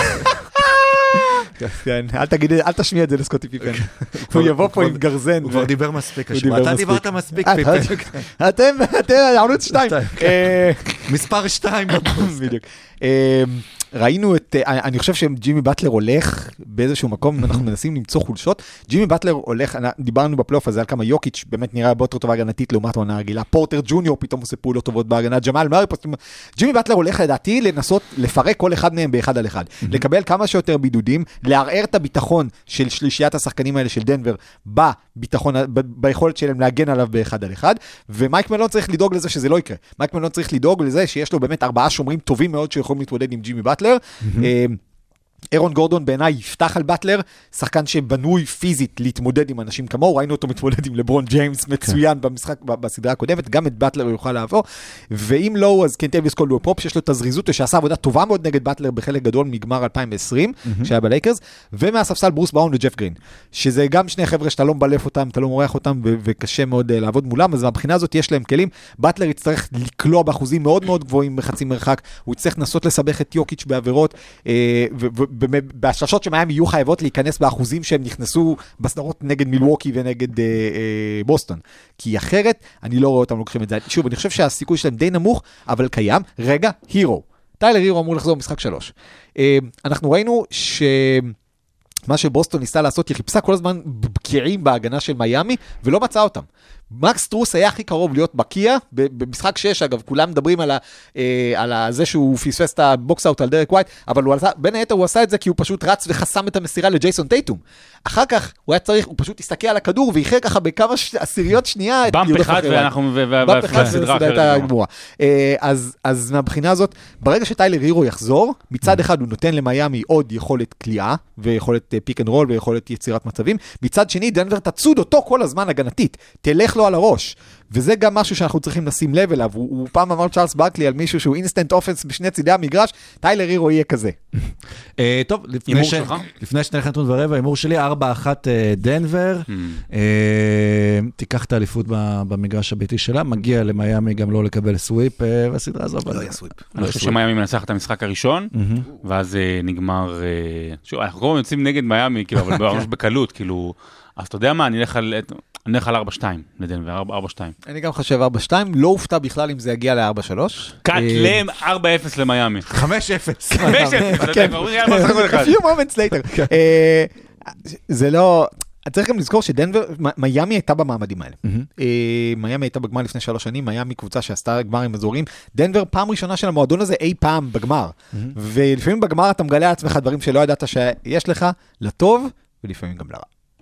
כן, אל תשמיע את זה לסקוטי פיפן. הוא יבוא פה עם גרזן. הוא כבר דיבר מספיק. אתה דיברת מספיק פיפן. אתם ערוץ 2. מספר 2. בדיוק. ראינו אני חושב שג'ימי באטלר הולך באיזשהו מקום, אנחנו מנסים למצוא חולשות, ג'ימי באטלר הולך, דיברנו בפלייאוף הזה על כמה יוקיץ' באמת נראה הרבה יותר טובה הגנתית לעומת העונה הרגילה, פורטר ג'וניור פתאום עושה פעולות טובות בהגנה, ג'מאל מארי, ג'ימי באטלר הולך לדעתי לנסות לפרק כל אחד מהם באחד על אחד, לקבל כמה שיותר בידודים, לערער את הביטחון של שלישיית השחקנים האלה של דנבר, ביכולת שלהם להגן עליו באחד על אחד, ומייק מלון צריך לדאוג לזה שזה לא יקרה, מייק מלון צריך לדאוג לזה שיש לו באמת 4 שומרים טובים מאוד שיכולים להתמודד עם ג'ימי באטלר. אירון גורדון בעיניי יפתח על באטלר, שחקן שבנוי פיזית להתמודד עם אנשים כמוהו, ראינו אותו מתמודד עם לברון ג'יימס מצוין במשחק, בסדרה הקודמת, גם את באטלר הוא יוכל לעבור, ואם לא, אז קנטביוס קולדוול פופ, שיש לו את הזריזות, שעשה עבודה טובה מאוד נגד באטלר בחלק גדול מגמר 2020, שהיה בלייקרס, ומהספסל ברוס בראון וג'ף גרין, שזה גם שני חבר'ה שאתה לא מבלף אותם, אתה לא מורח אותם, וקשה מאוד לעבוד מולם, אז מהבחינה הזאת יש להם כלים, באטלר יצטרך לקלוע באחוזים מאוד מאוד גבוהים בחצי מרחק, הוא יצטרך לנסות לסבך את יוקיץ' בעבירות, בהשלשות שמהם יהיו חייבות להיכנס באחוזים שהם נכנסו בסדרות נגד מילווקי ונגד בוסטון. כי אחרת, אני לא רואה אותם לוקחים את זה. שוב, אני חושב שהסיכוי שלהם די נמוך, אבל קיים. רגע, הירו. טיילר הירו אמור לחזור במשחק 3. אנחנו ראינו מה שבוסטון ניסה לעשות, היא חיפשה כל הזמן בקיעים בהגנה של מיימי, ולא מצאה אותם. מקס טרוס היה הכי קרוב להיות בקיע, במשחק 6, אגב, כולם מדברים על זה שהוא פספס את הבוקס-אוט על דרק ווייט, אבל בין היתר הוא עשה את זה כי הוא פשוט רץ וחסם את המסירה לג'ייסון טייטום. אחר כך הוא היה צריך, הוא פשוט הסתכל על הכדור, ואיחר ככה בכמה עשיריות שנייה, במפ אחד במפ אחד סדרה הייתה גמורה. אז מהבחינה הזאת, ברגע שטיילר הירו יחזור, מצד אחד הוא נותן למיימי עוד יכולת קליעה, ויכולת פיק אנד רול, ויכולת יצירת מצבים, מצד שני, דנבר תצוד אותו כל הזמן הגנתית, תלך לו על הראש, וזה גם משהו שאנחנו צריכים לשים לב אליו, הוא פעם אמר צ'ארלס ברקלי על מישהו שהוא אינסטנט אופנס בשני צידי המגרש, טיילר הירו יהיה כזה. טוב, לפני שנלך נתון ורבע, הימור שלי 4-1 דנבר, תיקח את האליפות במגרש הביתי שלה, מגיע למיימי גם לא לקבל סוויפ, והסדרה הזו לא יהיה סוויפ. אני חושב שמיימי מנצח את המשחק הראשון, ואז נגמר, שוב, אנחנו כל הזמן יוצאים נגד מיימי, אבל ממש בקלות, כאילו, אז אתה יודע מה, אני אלך על 4-2 לדנבר, 4-2. אני גם חושב 4-2, לא הופתע בכלל אם זה יגיע ל-4-3. קטלם 4-0 למיימי. 5-0. 5-0, כן. A few moments later. זה לא... צריך גם לזכור שדנבר, מיימי הייתה במעמדים האלה. מיימי הייתה בגמר לפני 3 שנים, מיימי קבוצה שעשתה גמר עם אזורים. דנבר פעם ראשונה של המועדון הזה אי פעם בגמר. ולפעמים בגמר אתה מגלה על עצמך דברים שלא ידעת שיש לך לטוב, ולפעמים גם לרע.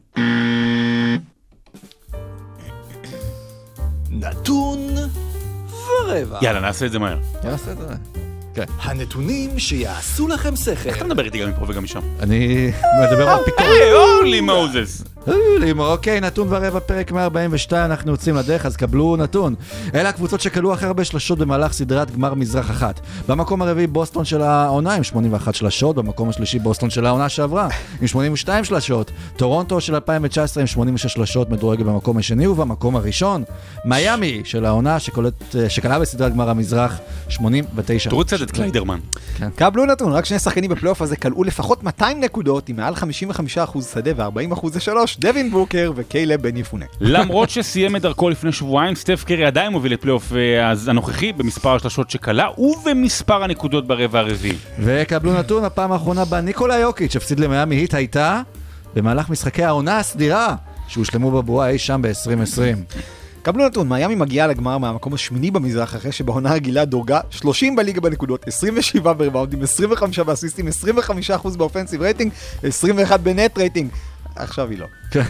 נתון ורבע. יאללה, נעשה את זה מהר. נעשה את זה מהר. כן. הנתונים שיעשו לכם שכל. איך אתה מדבר איתי גם מפה וגם משם? אני מדבר על פתאום. היי, אורלי מוזס. אוקיי, נתון ורבע, פרק 142, אנחנו יוצאים לדרך, אז קבלו נתון. אלה הקבוצות שקלו הכי הרבה שלשות במהלך סדרת גמר מזרח אחת. במקום הרביעי בוסטון של העונה עם 81 שלשות, במקום השלישי בוסטון של העונה שעברה עם 82 שלשות, טורונטו של 2019 עם 86 שלשות מדורגת במקום השני, ובמקום הראשון מיאמי של העונה שקלה בסדרת גמר המזרח 89. תראו צד את קליידרמן. קבלו נתון, רק שני שחקנים בפלייאוף הזה קלעו לפחות 200 נקודות עם מעל 55% שדה ו40% זה 3, דווין בוקר וקיילב בן יפונה. למרות שסיים את דרכו לפני שבועיים, סטף קרי עדיין מוביל את פלייאוף הנוכחי במספר השלשות שקלה ובמספר הנקודות ברבע הרביעי. וקבלו נתון, הפעם האחרונה בה ניקולה יוקיץ' הפסיד למיאמי היט הייתה במהלך משחקי העונה הסדירה שהושלמו בבועה אי שם ב-2020. קבלו נתון, מיאמי מגיעה לגמר מהמקום השמיני במזרח אחרי שבעונה הרגילה דורגה 30 בליגה בנקודות, 27 בריבאונדים, 25 באסיסטים, 25% באופנסיב רייטינג, 21 בנט רייטינג. עכשיו היא לא.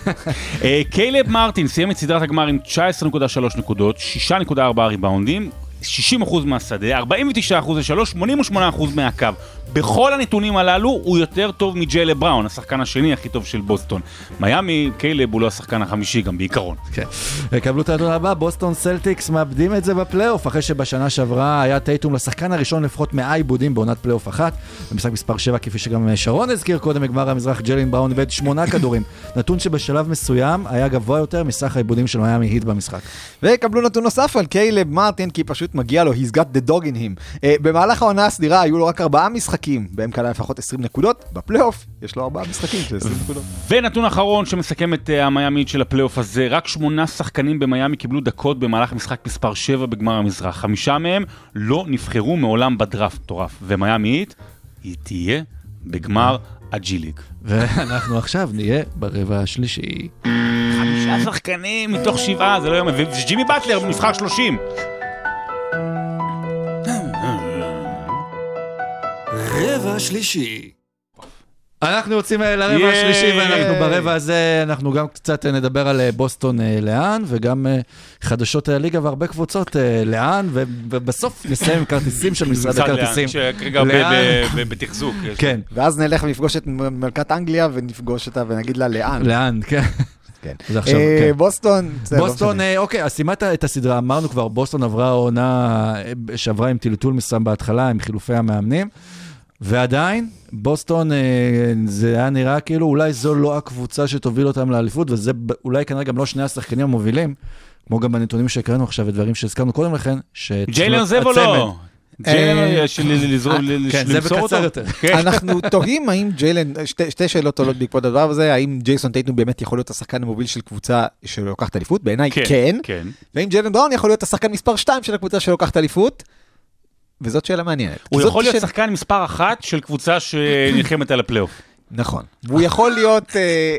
קיילב מרטין סיים את סדרת הגמר עם 19.3 נקודות, 6.4 ריבאונדים, 60% מהשדה, 49% לשלוש, 88% מהקו. בכל הנתונים הללו הוא יותר טוב מג'יילב בראון, השחקן השני הכי טוב של בוסטון. מיאמי, קיילב הוא לא השחקן החמישי גם בעיקרון. כן. קבלו את הנתון הבא, בוסטון סלטיקס מאבדים את זה בפלייאוף, אחרי שבשנה שעברה היה טייטום לשחקן הראשון לפחות 100 עיבודים בעונת פלייאוף אחת. במשחק מספר 7, כפי שגם שרון הזכיר קודם, בגמר המזרח ג'יילן בראון איבד 8 כדורים. נתון שבשלב מסוים היה גבוה יותר מסך העיבודים של מיאמי היט במשחק. וקבלו נתון נוסף על קיילב מרטין, כי פשוט מגיע לו, he's got the dog in him. במהלך העונה הסדירה היו לו רק 4 משחקים, בהם קלה לפחות 20 נקודות, בפלייאוף יש לו 4 משחקים של 20 נקודות. ונתון אחרון שמסכם את המיאמי של הפלייאוף הזה, רק 8 שחקנים במיאמי קיבלו דקות במהלך משחק מספר 7 בגמר המזרח. 5 מהם לא נבחרו מעולם בדראפט מטורף, ומיאמי היא תהיה בגמר הג'י-ליג. ואנחנו עכשיו נהיה ברבע השלישי. 5 שחקנים מתוך 7, זה לא יום, וג'ימי באטלר במשחק 30. רבע שלישי. אנחנו יוצאים לרבע השלישי, ואנחנו ברבע הזה, אנחנו גם קצת נדבר על בוסטון לאן, וגם חדשות הליגה והרבה קבוצות לאן, ובסוף נסיים עם כרטיסים של משרד הכרטיסים. שכרגע בתחזוק. כן. ואז נלך ונפגוש את מלכת אנגליה, ונפגוש אותה ונגיד לה לאן. לאן, כן. כן. בוסטון, אוקיי, אז שימת את הסדרה, אמרנו כבר, בוסטון עברה עונה שעברה עם טלטול מסוים בהתחלה, עם חילופי המאמנים, ועדיין, בוסטון זה היה נראה כאילו, אולי זו לא הקבוצה שתוביל אותם לאליפות, וזה אולי כנראה גם לא שני השחקנים המובילים, כמו גם בנתונים שהקראנו עכשיו, ודברים שהזכרנו קודם לכן, ג'יילן זב או לא? ג'יילן זה בקצר יותר. אנחנו תוהים האם ג'יילן, שתי שאלות עולות בעקבות הדבר הזה, האם ג'ייסון טייטום באמת יכול להיות השחקן המוביל של קבוצה שלוקחת אליפות? בעיניי כן. והאם ג'יילן בראון יכול להיות השחקן מספר 2 של הקבוצה שלוקחת אליפות? וזאת שאלה מעניינת. הוא יכול להיות שחקן מספר 1 של קבוצה שנלחמת על הפלייאוף. נכון. והוא יכול להיות,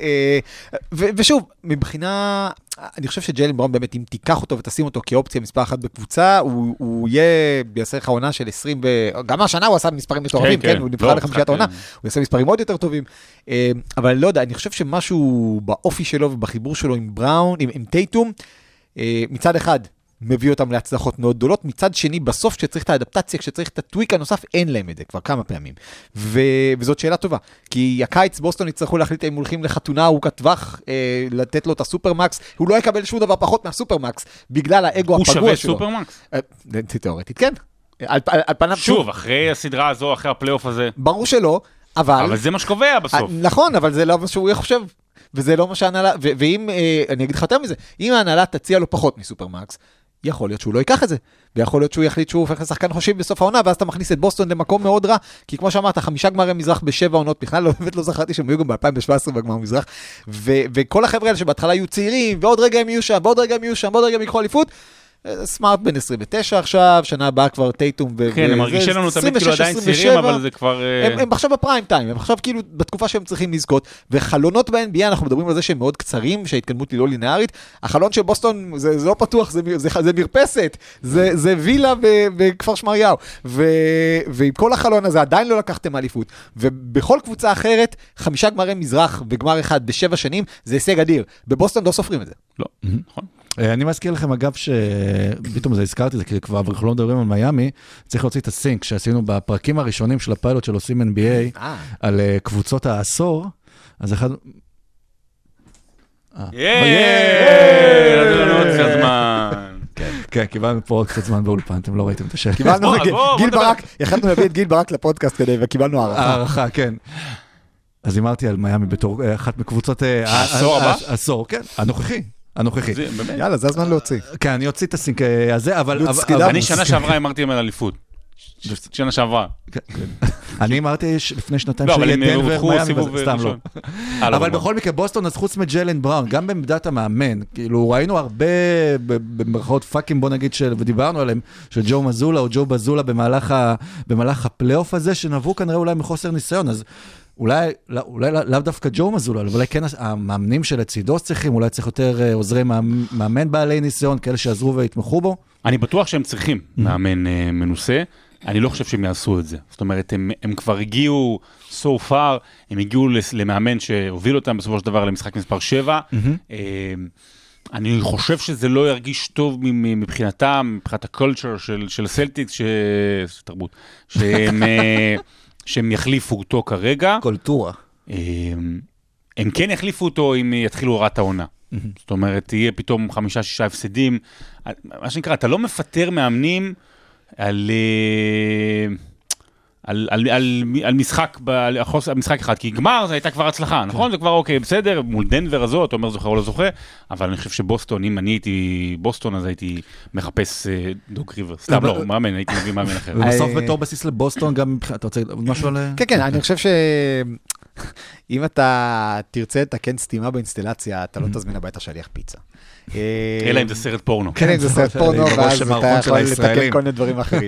ושוב, מבחינה, אני חושב שג'יילן בראון באמת, אם תיקח אותו ותשים אותו כאופציה מספר 1 בקבוצה, הוא יעשה לך עונה של 20, גם השנה הוא עשה מספרים מטורפים, כן, הוא נבחר לחמישיית העונה, הוא יעשה מספרים עוד יותר טובים, אבל אני לא יודע, אני חושב שמשהו באופי שלו ובחיבור שלו עם בראון, עם טייטום, מצד אחד, מביא אותם להצלחות מאוד גדולות, מצד שני, בסוף כשצריך את האדפטציה, כשצריך את הטוויק הנוסף, אין להם את זה כבר כמה פעמים. וזאת שאלה טובה, כי הקיץ בוסטון יצטרכו להחליט אם הולכים לחתונה ארוכת טווח, לתת לו את הסופרמקס, הוא לא יקבל שום דבר פחות מהסופרמקס, בגלל האגו הפגוע שלו. הוא שווה סופרמקס? תיאורטית, כן. שוב, אחרי הסדרה הזו, אחרי הפלייאוף הזה. ברור שלא, אבל זה מה שקובע בסוף. נכון, אבל זה לא מה שהוא חושב. וזה לא מה שההנהלה, ואם, אני אגיד לך יותר מזה, אם ההנהלה תציע לו פחות מסופרמקס, יכול להיות שהוא לא ייקח את זה, ויכול להיות שהוא יחליט שהוא הופך לשחקן חושב בסוף העונה, ואז אתה מכניס את בוסטון למקום מאוד רע, כי כמו שאמרת, 5 גמרי מזרח ב7 עונות, בכלל באמת לא זכרתי שהם היו גם ב-2017 בגמר מזרח, וכל החבר'ה האלה שבהתחלה יהיו צעירים, ועוד רגע הם יהיו שם, ועוד רגע הם יהיו שם, ועוד רגע הם יקחו אליפות, סמארט בן 29 עכשיו, שנה הבאה כבר טייטום, כן, הם מרגישים לנו תמיד כאילו עדיין צעירים, אבל זה כבר... הם עכשיו בפריים טיים, הם עכשיו כאילו בתקופה שהם צריכים לזכות, וחלונות ב-NBA, אנחנו מדברים על זה שהם מאוד קצרים, שההתקדמות היא לא לינארית, החלון של בוסטון זה לא פתוח, זה מרפסת, זה וילה בכפר שמריהו, ועם כל החלון הזה עדיין לא לקחתם אליפות, ובכל קבוצה אחרת, 5 גמרי מזרח וגמר אחד ב7 שנים, זה הישג אדיר. בבוסטון לא סופרים את זה. לא, נכון. אני מזכיר לכם אגב שפתאום זה הזכרתי זה כי כבר אנחנו לא מדברים על מיאמי, צריך להוציא את הסינק שעשינו בפרקים הראשונים של הפיילוט של עושים NBA על קבוצות העשור, אז אחד... נתנו לנו עוד קצת זמן. כן, קיבלנו פה עוד קצת זמן באולפן, אתם לא ראיתם את השאלה. קיבלנו, בוא גיל נדבר. ברק, יכלנו להביא את גיל ברק לפודקאסט כדי, וקיבלנו הערכה. הערכה, כן. אז אמרתי על מיאמי בתור אחת מקבוצות... העשור הבא? עשור, כן, הנוכחי. זה באמת. יאללה, זה הזמן להוציא. כן, אני אוציא את הסינק הזה, אבל... אני שנה שעברה אמרתי על אליפות. שנה שעברה. אני אמרתי לפני שנתיים לא, אבל שיהיה הם דנבר, הורחו מיאמי, סיבוב סתם לא. ראשון. אבל בכל מקרה, בוסטון, אז חוץ מג'לן בראון, גם בעמדת המאמן, כאילו ראינו הרבה, במרכאות פאקים, בוא נגיד, ודיברנו עליהם, של ג'ו מזולה או ג'ו בזולה במהלך הפלייאוף הזה, שנבעו כנראה אולי מחוסר ניסיון, אז אולי לאו דווקא ג'ו מזולה, אבל אולי כן המאמנים שלצידו צריכים, אולי צריך יותר עוזרי מאמן בעלי ניסיון, כאלה שעזרו והתמחו בו. אני בטוח שהם צריכים מאמן מנוסה. אני לא חושב שהם יעשו את זה. זאת אומרת, הם כבר הגיעו so far, הם הגיעו למאמן שהוביל אותם בסופו של דבר למשחק מספר 7. אני חושב שזה לא ירגיש טוב מבחינתם, מבחינת הקולצ'ר של סלטיקס, תרבות, שהם יחליפו אותו כרגע. קולטורה. הם כן יחליפו אותו אם יתחילו הוראת העונה. זאת אומרת, תהיה פתאום 5-6 הפסדים. מה שנקרא, אתה לא מפטר מאמנים על משחק אחד, כי גמר זה הייתה כבר הצלחה, נכון? זה כבר אוקיי, בסדר, מול דנבר הזאת, אתה אומר זוכה או לא זוכה, אבל אני חושב שבוסטון, אם אני הייתי בוסטון, אז הייתי מחפש דוג ריבר. סתם לא, מאמן, הייתי מביא מאמן אחר. ובסוף בתור בסיס לבוסטון, גם אתה רוצה משהו על... כן, אני חושב שאם אתה תרצה לתקן סתימה באינסטלציה, אתה לא תזמין הביתה שליח פיצה. אלא אם זה סרט פורנו. כן, אם זה סרט פורנו, ואז אתה יכול לתקן כל מיני דברים אחרים.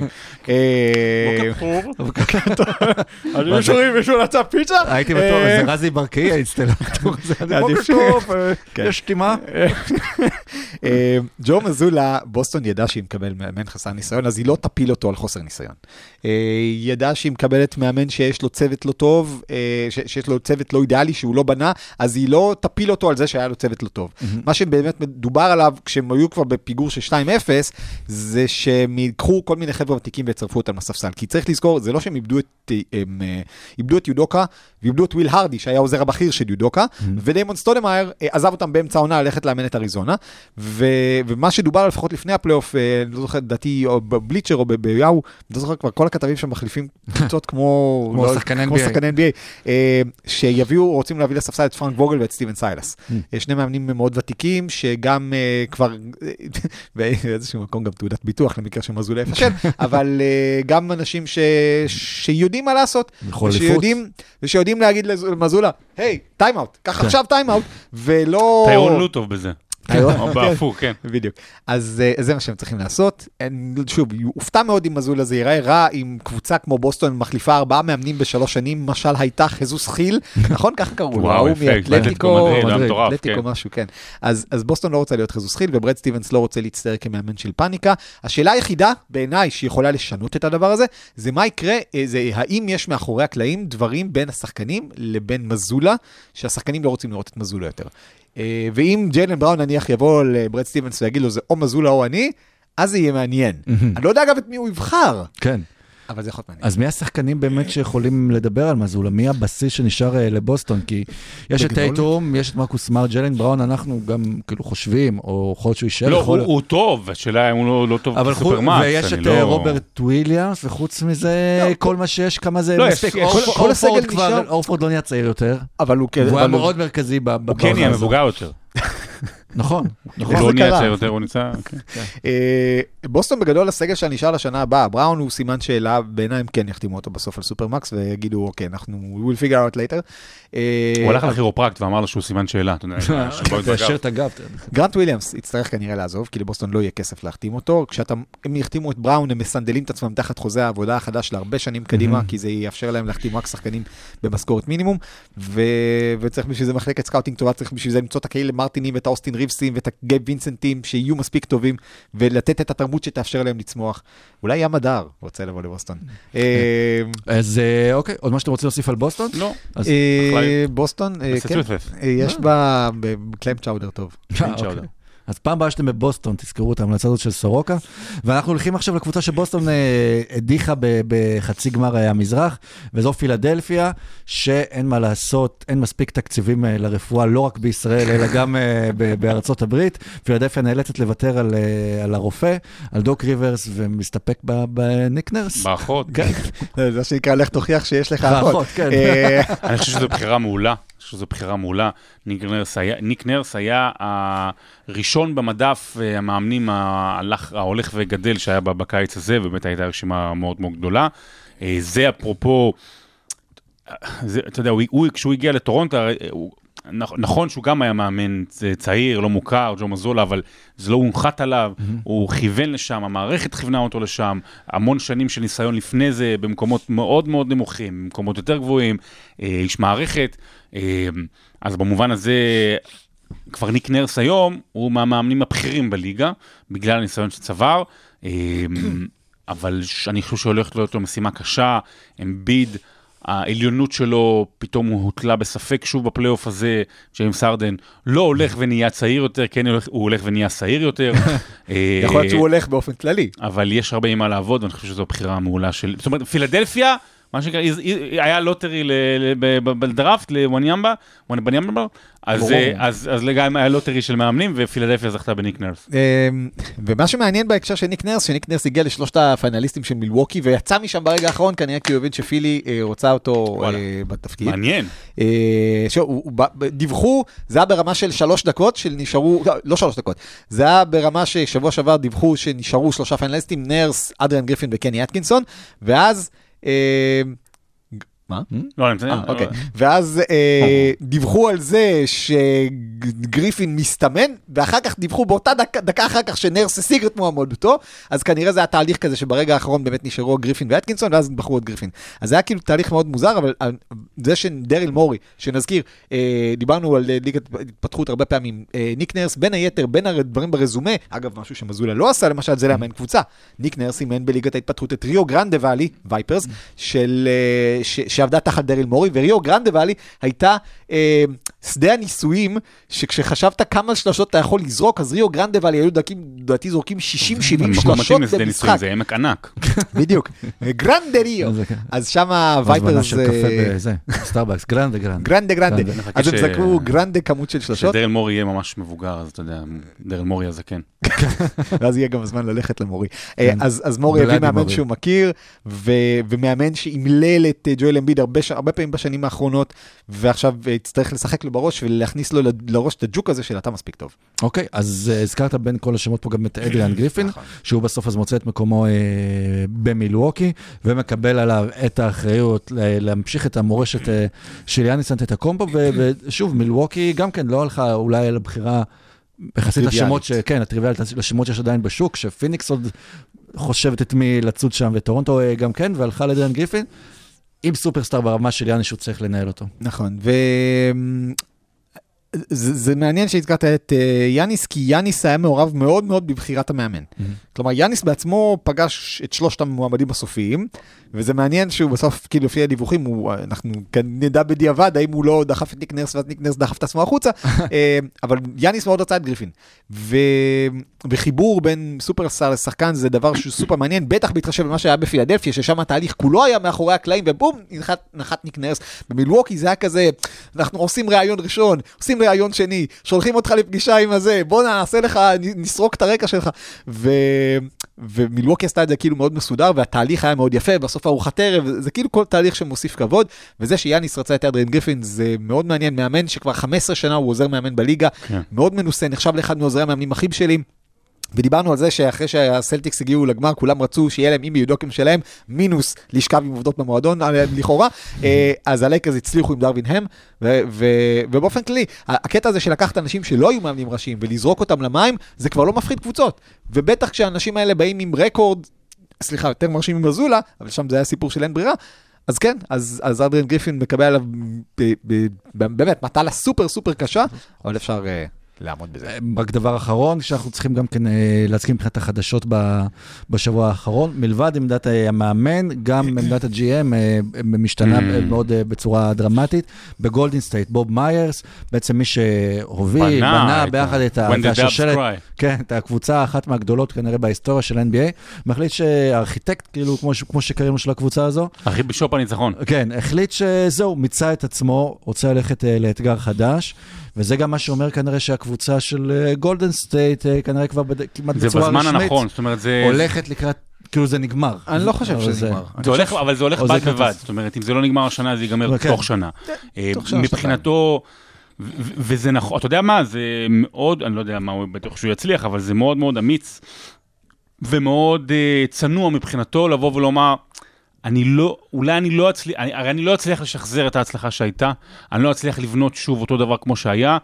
אני מישהו לצע פיצה? הייתי בטוח, זה רזי ברקאי האינסטלטור. בוקר טוב, יש תימה. ג'ו מזולה, בוסטון ידע שהיא מקבל מאמן חסר ניסיון, אז היא לא תפיל אותו על חוסר ניסיון. ידע שהיא מקבלת מאמן שיש לו צוות לא טוב, שיש לו צוות לא אידיאלי שהוא לא בנה, אז היא לא תפיל אותו על זה שהיה לו צוות לא טוב. מה שבאמת מדובר עליו, כשהם היו כבר בפיגור של 2-0, זה שהם יקחו כל מיני חבר'ה ותיקים ויצרפו אותם לספסל. כי צריך לזכור, זה לא שהם איבדו את יודוקה, ואיבדו את וויל הרדי, שהיה עוזר הבכיר של יודוקה, ודיימון סטודמאייר עזב אותם באמצע העונה ללכת לאמן את אריזונה, ומה שדובר לפחות לפני הפלייאוף, לא זוכר, דעתי, או בבליצ'ר או ביאו, לא זוכר כבר, כל הכתבים שם מחליפים קבוצות כמו שחקני NBA, שיביאו, רוצים להביא לספסל את פרנק ווגל ואת סטיבן סיילס. שני מאמנים מאוד ותיקים, שגם כבר, באיזשהו מקום גם תעודת ביטוח, למקרה שמזולה יפשל, אבל גם אנשים שיודעים מה לעשות, ושיודעים להגיד למזולה, היי, טיים אאוט, קח עכשיו טיים אאוט, ולא... טיירון לא טוב בזה. או בהפוך, כן. בדיוק. אז זה מה שהם צריכים לעשות. שוב, הופתע מאוד אם מזולה זה ייראה רע, אם קבוצה כמו בוסטון מחליפה 4 מאמנים ב3 שנים, משל הייתה חזוס חיל, נכון? ככה קראו. וואו, יפה. אתלטיקו מדריד, משהו, כן. אז בוסטון לא רוצה להיות חזוס חיל, וברד סטיבנס לא רוצה להצטער כמאמן של פאניקה. השאלה היחידה, בעיניי, שיכולה לשנות את הדבר הזה, זה מה יקרה, זה האם יש מאחורי הקלעים דברים בין השחקנים לבין מזולה, שהשחקנים לא רוצים לראות את מזולה יותר. ואם ג'יילן בראון נניח יבוא לברד סטיבנס ויגיד לו זה או מזולה או אני, אז זה יהיה מעניין. אני לא יודע אגב את מי הוא יבחר. כן. אבל זה יכול להיות מעניין. אז מי השחקנים באמת שיכולים לדבר על מזולה? מי הבסיס שנשאר לבוסטון? כי יש את טייטום, יש את מרקוס סמארט, ג'יילן בראון, אנחנו גם כאילו חושבים, או יכול להיות שהוא יישאר. לא, הוא טוב, השאלה אם הוא לא טוב כסופרמקס. ויש את רוברט וויליאמס, וחוץ מזה, כל מה שיש, כמה זה מספיק. כל הסגל נשאר. אורפורד לא נהיה צעיר יותר. אבל הוא היה מאוד מרכזי בברכה. הוא כן יהיה מבוגר יותר. נכון. הוא לא נהיה צעיר יותר, הוא נמצא... בוסטון בגדול הסגל שנשאר לשנה הבאה, בראון הוא סימן שאלה, בעיניים כן יחתימו אותו בסוף על סופרמקס, ויגידו, אוקיי, אנחנו, we'll figure out later. הוא הלך לכירופרקט ואמר לו שהוא סימן שאלה, אתה יודע, תאשר את הגב. גרנט וויליאמס יצטרך כנראה לעזוב, כי לבוסטון לא יהיה כסף להחתים אותו, כשהם יחתימו את בראון, הם מסנדלים את עצמם תחת חוזה העבודה החדש להרבה שנים קדימה, כי זה יאפשר להם להחתים רק שחקנים במשכורת מינימום, וצריך בשביל זה מחלקת סקאוטינג טובה, צריך בשביל זה למצוא את הקהיל מרטינים ואת האוסטין ריבסים ואת הגייב וינסנטים שיהיו מספיק טובים, ולתת את התרבות שתאפשר להם לצמוח. אולי ים הדר רוצה לבוא לבוסטון. אז אוקיי, עוד מה שאתם רוצים להוסיף על בוסטון? לא. בוסטון, יש בה קליים צ'אודר טוב. אז פעם הבאה שאתם בבוסטון, תזכרו את ההמלצה הזאת של סורוקה, ואנחנו הולכים עכשיו לקבוצה שבוסטון הדיחה בחצי גמר המזרח, וזו פילדלפיה, שאין מה לעשות, אין מספיק תקציבים לרפואה, לא רק בישראל, אלא גם בארצות הברית. פילדלפיה נאלצת לוותר על הרופא, על דוק ריברס, ומסתפק בניק נרס. באחות. זה שנקרא, לך תוכיח שיש לך אחות. אני חושב שזו בחירה מעולה. ניק נרס היה הראשון במדף המאמנים ההולך וגדל שהיה בקיץ הזה, ובאמת הייתה רשימה מאוד מאוד גדולה. זה אפרופו, אתה יודע, כשהוא הגיע לטורונטו, נכון שהוא גם היה מאמן צעיר, לא מוכר, ג'ו מזולה, אבל זה לא הונחת עליו, הוא כיוון לשם, המערכת כיוונה אותו לשם, המון שנים של ניסיון לפני זה, במקומות מאוד מאוד נמוכים, במקומות יותר גבוהים, איש מערכת, אז במובן הזה, כבר ניק נרס היום, הוא מהמאמנים הבכירים בליגה, בגלל הניסיון שצבר, אבל אני חושב שהולכת להיות לו משימה קשה, אמביד, העליונות שלו פתאום הוא הוטלה בספק שוב בפלייאוף הזה, ג'יימס הרדן לא הולך ונהיה צעיר יותר, כן הוא הולך ונהיה צעיר יותר. יכול להיות שהוא הולך באופן כללי. אבל יש הרבה עם מה לעבוד, ואני חושב שזו בחירה מעולה של... זאת אומרת, פילדלפיה, מה שנקרא, היה לוטרי בדראפט לווניאמבה, אז לגמרי היה לוטרי של מאמנים, ופילדלפיה זכתה בניק נרס. ומה שמעניין בהקשר של ניק נרס הגיע לשלושת הפיינליסטים של מילווקי, ויצא משם ברגע האחרון, כנראה כי הוא הבין שפילי רוצה אותו בתפקיד. מעניין. דיווחו, זה היה ברמה של 3 דקות, שנשארו, לא 3 דקות, זה היה ברמה ששבוע שעבר דיווחו שנשארו 3 פיינליסטים, נרס, אדריאן גריפין וקני אטקינסון, ואז... מה? לא, אני מצטער. אוקיי. ואז דיווחו על זה שגריפין מסתמן, ואחר כך דיווחו באותה דקה אחר כך שנרס השיג את מועמדותו, אז כנראה זה היה תהליך כזה שברגע האחרון באמת נשארו גריפין ואטקינסון, ואז בחרו את גריפין. אז זה היה כאילו תהליך מאוד מוזר, אבל זה שדריל מורי, שנזכיר, דיברנו על ליגת התפתחות הרבה פעמים, ניק נרס, בין היתר, בין הדברים ברזומה, אגב, משהו שמזולה לא עשה, למשל, זה לאמן קבוצה. ניק נרס אימן בליגת ההתפתחות את ריו גרנדה ואלי, וייפרס, שעבדה תחת דריל מורי, וריו גרנדה ואלי הייתה שדה הניסויים, שכשחשבת כמה שלשות אתה יכול לזרוק, אז ריו גרנדה ואלי היו דעתי זורקים 60-70 שלשות במשחק. זה עמק ענק. בדיוק. גרנדה ריו. אז שם וייפרס... של קפה בזה, סטארבקס, גרנדה. אז הם זרקו גרנדה כמות של שלשות. שדריל מורי יהיה ממש מבוגר, אז אתה יודע, דריל מורי הזה כן. ואז יהיה גם הזמן ללכת למורי. אז מורי הביא מאמן שהוא מכיר, ומאמן שאימלל את ג'ואל אמביד הרבה פעמים בשנים האחרונות, ועכשיו יצטרך לשחק לו בראש, ולהכניס לו לראש את הג'וק הזה של אתה מספיק טוב. אוקיי, אז הזכרת בין כל השמות פה גם את אדריאן גריפין, שהוא בסוף אז מוצא את מקומו במילווקי, ומקבל עליו את האחריות להמשיך את המורשת של יאניס אנטטוקומפו, ושוב, מילווקי גם כן לא הלכה אולי על הבחירה יחסית לשמות שכן, הטריוויאלית לשמות שיש עדיין בשוק, שפיניקס עוד חושבת את מי לצוד שם, וטורונטו גם כן, והלכה לאדריאן גריפין, עם סופרסטאר ברמה של יאניס שהוא צריך לנהל אותו. נכון, זה מעניין שהזכרת את יאניס, כי יאניס היה מעורב מאוד מאוד בבחירת המאמן. כלומר, יאניס בעצמו פגש את 3 המועמדים הסופיים, וזה מעניין שהוא בסוף, כאילו לפי הדיווחים, אנחנו נדע בדיעבד, האם הוא לא דחף את ניק נרס, ואז ניק נרס דחף את עצמו החוצה, אבל יאניס מאוד רצה את גריפין. וחיבור בין סופרסטאר לשחקן זה דבר שהוא סופר מעניין, בטח בהתחשב במה שהיה בפילדלפיה, ששם התהליך כולו היה מאחורי הקלעים, ובום, נחת ניק נרס. במילווקי זה היה כזה, אנחנו עושים ראיון ראשון, עושים ראיון שני, שולחים אותך לפגישה עם הזה, בוא נעשה לך, נסרוק את הרקע שלך. ומילווקי עשתה את זה כאילו מאוד מסודר, והתהליך היה מאוד יפה, בסוף ארוחת ערב, זה כאילו כל תהליך שמוסיף כבוד, וזה שיאניס רצה את אדריאן גריפין, זה מאוד מעניין, מאמן שכבר 15 שנה הוא עוזר מאמן בליגה, מאוד מנוסה, נחשב לאחד מעוזרי המאמנים הכי בשלים, ודיברנו על זה שאחרי שהסלטיקס הגיעו לגמר, כולם רצו שיהיה להם עם יודוקים שלהם, מינוס לשכב עם עובדות במועדון, לכאורה, אז הלייקרס הצליחו עם דרווין הם, ובאופן כללי, הקטע הזה שלקחת אנשים שלא היו מאמנים ראשיים, ולזרוק אותם למים, זה כבר לא מפחיד קבוצות, ובטח כשאנשים האלה באים עם רקורד, סליחה, יותר מרשים עם מזולה, אבל שם זה היה סיפור של אין ברירה, אז כן, אז אדריאן גריפין מקבל עליו באמת מטלה סופר סופר קשה, אבל אפשר לעמוד בזה. רק דבר אחרון, שאנחנו צריכים גם כן להסכים מבחינת החדשות בשבוע האחרון, מלבד עמדת המאמן, גם עמדת ה-GM משתנה מאוד בצורה דרמטית. בגולדן סטייט, בוב מיירס, בעצם מי שהוביל, בנה ביחד את השושלת, כן, את הקבוצה, אחת מהגדולות כנראה בהיסטוריה של NBA, מחליט שהארכיטקט, כאילו, כמו שקראנו של הקבוצה הזו, הכי בשופ הניצחון. כן, החליט שזהו, מיצה את עצמו, רוצה ללכת לאתגר חדש, וזה גם מה שאומר כנראה שהקבוצה של גולדן סטייט, כנראה כבר כמעט בצורה רשמית, זה בזמן הנכון, זאת אומרת, זה הולכת לקראת, כאילו זה נגמר. אני לא חושב שזה נגמר. אבל זה הולך בד בבד, זאת אומרת, אם זה לא נגמר השנה, זה ייגמר תוך שנה. מבחינתו, וזה נכון, אתה יודע מה, זה מאוד, אני לא יודע מה הוא בטוח שהוא יצליח, אבל זה מאוד מאוד אמיץ, ומאוד צנוע מבחינתו לבוא ולומר, אולי אני לא אצליח לשחזר את ההצלחה שהייתה, אני לא אצליח לבנות שוב אותו דבר כמו שהיה,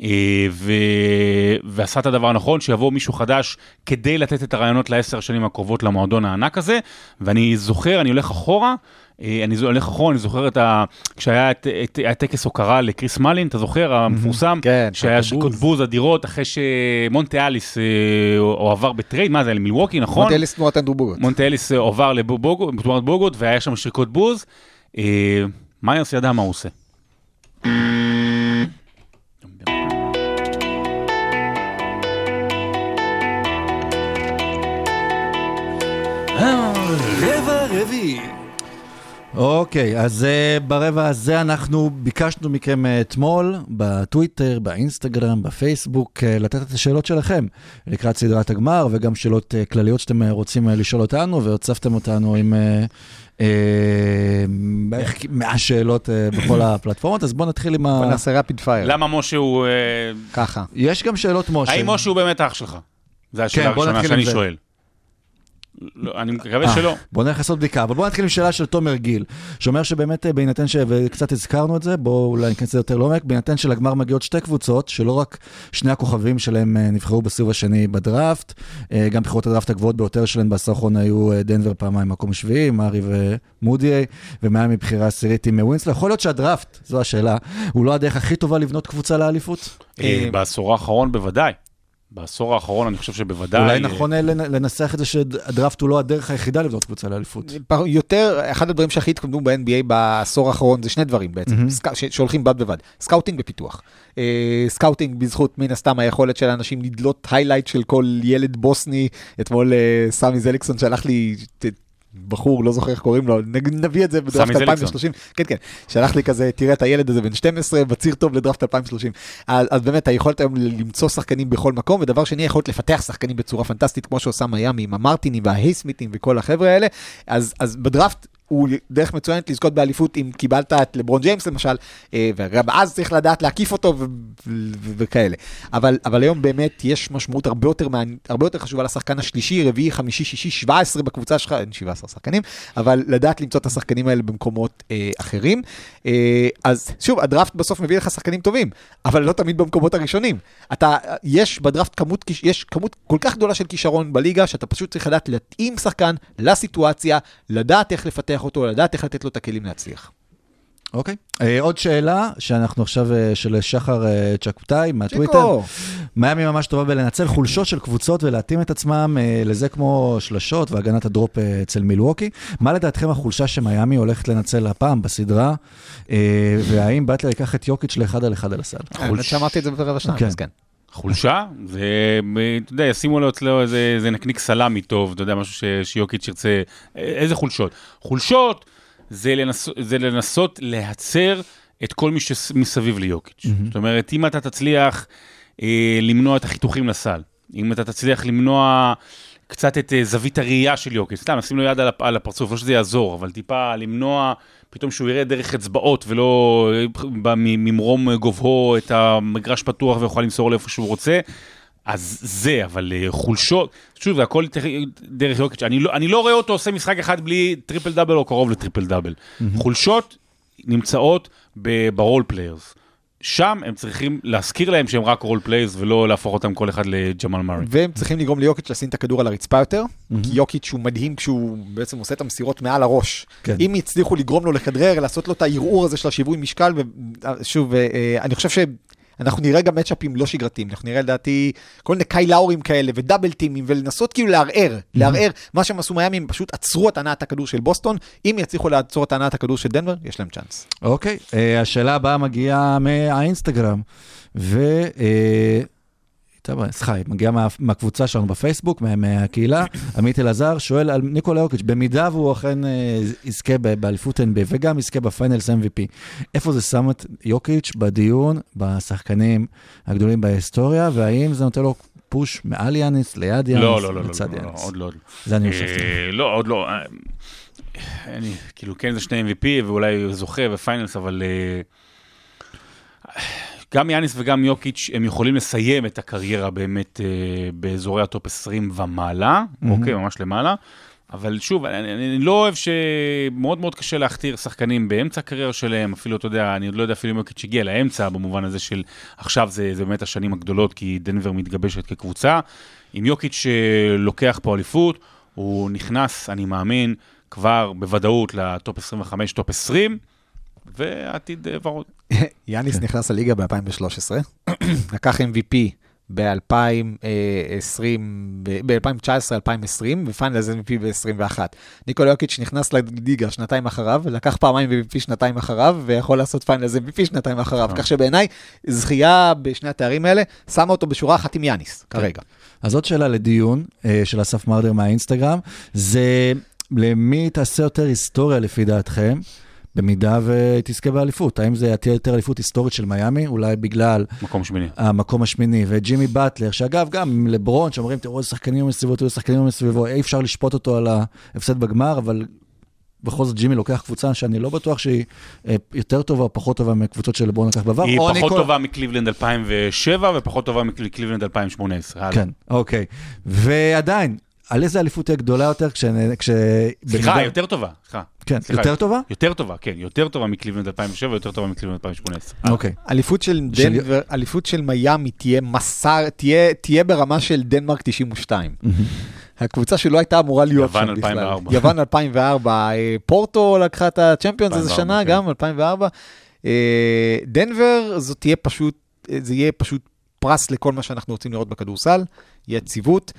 ועשה את הדבר הנכון, שיבוא מישהו חדש כדי לתת את הרעיונות ל10 שנים הקרובות למועדון הענק הזה, ואני זוכר, אני הולך אחורה, אני זוכר כשהיה את טקס הוקרה לקריס מלין, אתה זוכר, המפורסם, שהיה שריקות בוז אדירות, אחרי שמונטה אליס עבר בטרייד, מה זה, למילווקי, נכון? מונטה אליס תמורת אנדרו בוגוט. מונטה אליס עבר תמורת בוגוט, והיה שם שריקות בוז. מיירס ידע מה הוא עושה. רבע רביעי. אוקיי, אז ברבע הזה אנחנו ביקשנו מכם אתמול, בטוויטר, באינסטגרם, בפייסבוק, לתת את השאלות שלכם לקראת סדרת הגמר, וגם שאלות כלליות שאתם רוצים לשאול אותנו, והוצפתם אותנו עם 100 שאלות בכל הפלטפורמות, אז בואו נתחיל עם בוא נעשה רפיד פייר. למה משה הוא ככה? יש גם שאלות משה. האם משה הוא באמת אח שלך? זו השאלה הראשונה שאני שואל. לא, אני מקווה שלא. בואו נלך לעשות בדיקה, אבל בואו נתחיל עם שאלה של תומר גיל, שאומר שבאמת בהינתן וקצת הזכרנו את זה, בואו אולי נכנס לזה יותר לעומק, בהינתן שלגמר מגיעות שתי קבוצות, שלא רק שני הכוכבים שלהם נבחרו בסיבוב השני בדראפט, גם בחירות הדראפט הגבוהות ביותר שלהם בעשור האחרון היו דנבר פעמיים מקום שביעי, מארי ומודיי, ומהם מבחירה עשירית עם ווינסלר. יכול להיות שהדראפט, זו השאלה, הוא לא הדרך הכי טובה לבנות קבוצה לאליפות? בעשור האחרון בוודאי. בעשור האחרון אני חושב שבוודאי... אולי נכון לנסח את זה שהדראפט הוא לא הדרך היחידה לבנות קבוצה לאליפות. יותר, אחד הדברים שהכי התקדמו ב-NBA בעשור האחרון זה שני דברים בעצם, שהולכים בד בבד. סקאוטינג ופיתוח. סקאוטינג בזכות מן הסתם היכולת של האנשים לדלות היילייט של כל ילד בוסני. אתמול סמי זליקסון שלח לי... בחור, לא זוכר איך קוראים לו, נביא את זה בדראפט 2030. כן, כן, שלח לי כזה, תראה את הילד הזה בן 12, בציר טוב לדראפט 2030. אז באמת, היכולת היום למצוא שחקנים בכל מקום, ודבר שני, היכולת לפתח שחקנים בצורה פנטסטית, כמו שעושה מיאמי עם המרטינים וההייסמיטים וכל החבר'ה האלה. אז בדראפט, הוא דרך מצוינת לזכות באליפות אם קיבלת את לברון ג'יימס למשל, וגם אז צריך לדעת להקיף אותו וכאלה. אבל היום באמת יש משמעות הרבה יותר חשובה לשחקן השלישי, רביעי, חמישי, שישי, 17 בקבוצה שלך, אין 17 שחקנים, אבל לדעת למצוא את השחקנים האלה במקומות אחרים. אז שוב, הדראפט בסוף מביא לך שחקנים טובים, אבל לא תמיד במקומות הראשונים. יש בדראפט כמות כל כך גדולה של כישרון בליגה, שאתה פשוט צריך לדעת להתאים שחקן לסיטואציה, לדעת איך לפתח אותו, לדעת איך לתת לו את הכלים להצליח. אוקיי. עוד שאלה, שאנחנו עכשיו של שחר צ'קוטאי מהטוויטר. מיאמי ממש טובה בלנצל חולשות של קבוצות ולהתאים את עצמם לזה כמו שלשות והגנת הדרופ אצל מילווקי. מה לדעתכם החולשה שמיאמי הולכת לנצל הפעם בסדרה, והאם באטלר ייקח את יוקיץ' לאחד על אחד על הסל? אני שמעתי את זה ברבע שניים, אז כן. חולשה? זה, אתה יודע, ישימו לו אצלו איזה נקניק סלמי טוב, אתה יודע, משהו שיוקיץ' ירצה, איזה חולשות? חולשות זה לנסות להצר את כל מי שמסביב ליוקיץ'. זאת אומרת, אם אתה תצליח למנוע את החיתוכים לסל, אם אתה תצליח למנוע קצת את זווית הראייה של יוקיץ', סתם, נשים לו יד על הפרצוף, לא שזה יעזור, אבל טיפה למנוע, פתאום שהוא יראה דרך אצבעות, ולא ממרום גובהו את המגרש פתוח ויוכל למסור לאיפה שהוא רוצה, אז זה, אבל חולשות, שוב, זה הכל דרך יוקיץ', אני לא רואה אותו עושה משחק אחד בלי טריפל דאבל או קרוב לטריפל דאבל. חולשות נמצאות ברול פליירס. שם הם צריכים להזכיר להם שהם רק רול פליירס, ולא להפוך אותם כל אחד לג'מאל מארי. והם צריכים לגרום ליוקיץ' לשים את הכדור על הרצפה יותר, כי יוקיץ' הוא מדהים כשהוא בעצם עושה את המסירות מעל הראש. אם יצליחו לגרום לו לכדרר, לעשות לו את הערעור הזה של השיווי משקל, ושוב, אני חושב אנחנו נראה גם מצ'אפים לא שגרתיים, אנחנו נראה לדעתי כל מיני קאי לאורים כאלה ודאבל טימים, ולנסות כאילו לערער, מה שהם עשו מיאמי, הם פשוט עצרו את הנעת הכדור של בוסטון, אם יצליחו לעצור את הנעת הכדור של דנבר, יש להם צ'אנס. אוקיי, השאלה הבאה מגיעה מהאינסטגרם, סליחה, מגיע מהקבוצה שלנו בפייסבוק, מהקהילה, עמית אלעזר, שואל על ניקולה יוקיץ', במידה והוא אכן יזכה באליפות NBA, וגם יזכה בפיינלס MVP, איפה זה שם את יוקיץ' בדיון, בשחקנים הגדולים בהיסטוריה, והאם זה נותן לו פוש מעל יאניס, ליד יאניס, לצד יאניס? עוד לא. זה אני חושבתי. לא, עוד לא. כאילו, כן, זה שני MVP, ואולי זוכה ופיינלס, אבל... גם יאניס וגם יוקיץ' הם יכולים לסיים את הקריירה באמת באזורי הטופ 20 ומעלה, אוקיי, ממש למעלה, אבל שוב, אני לא אוהב שמאוד מאוד קשה להכתיר שחקנים באמצע הקריירה שלהם, אפילו, אתה יודע, אני עוד לא יודע אפילו אם יוקיץ' הגיע לאמצע, במובן הזה של עכשיו זה באמת השנים הגדולות, כי דנבר מתגבשת כקבוצה, אם יוקיץ' לוקח פה אליפות, הוא נכנס, אני מאמין, כבר בוודאות לטופ 25, טופ 20, ועתיד ורוד. יאניס נכנס לליגה ב-2013, לקח MVP ב-2019-2020, ופיינלס MVP ב-21. ניקולה יוקיץ' נכנס לליגה שנתיים אחריו, לקח פעמיים MVP שנתיים אחריו, ויכול לעשות פיינלס MVP שנתיים אחריו, כך שבעיניי זכייה בשני התארים האלה, שמה אותו בשורה אחת עם יאניס, כרגע. אז עוד שאלה לדיון של אסף מרדר מהאינסטגרם, זה למי תעשה יותר היסטוריה לפי דעתכם, במידה ותזכה באליפות? האם זה תהיה יותר אליפות היסטורית של מיאמי? אולי בגלל... המקום השמיני. וג'ימי באטלר, שאגב, גם לברון, שאומרים, תראו, איזה שחקנים מסביבו, אי אפשר לשפוט אותו על ההפסד בגמר, אבל בכל זאת ג'ימי לוקח קבוצה שאני לא בטוח שהיא יותר טובה או פחות טובה מקבוצות של לברון לקח בעבר. היא פחות טובה מקליבלנד 2007, ופחות טובה מקליבלנד 2018. כן, אוקיי. ועדיין, על איזה אליפות תהיה גדולה יותר סליחה, יותר טובה. כן, יותר טובה? יותר טובה, כן. יותר טובה מקליבלנד 2007, יותר טובה מקליבלנד 2018. אוקיי. אליפות של מיאמי תהיה ברמה של דנמרק 92. הקבוצה שלא הייתה אמורה להיות שם בכלל. יוון 2004. פורטו לקחה את הצ'מפיונס איזה שנה, גם 2004. דנבר, זה יהיה פשוט פרס לכל מה שאנחנו רוצים לראות בכדורסל, יציבות,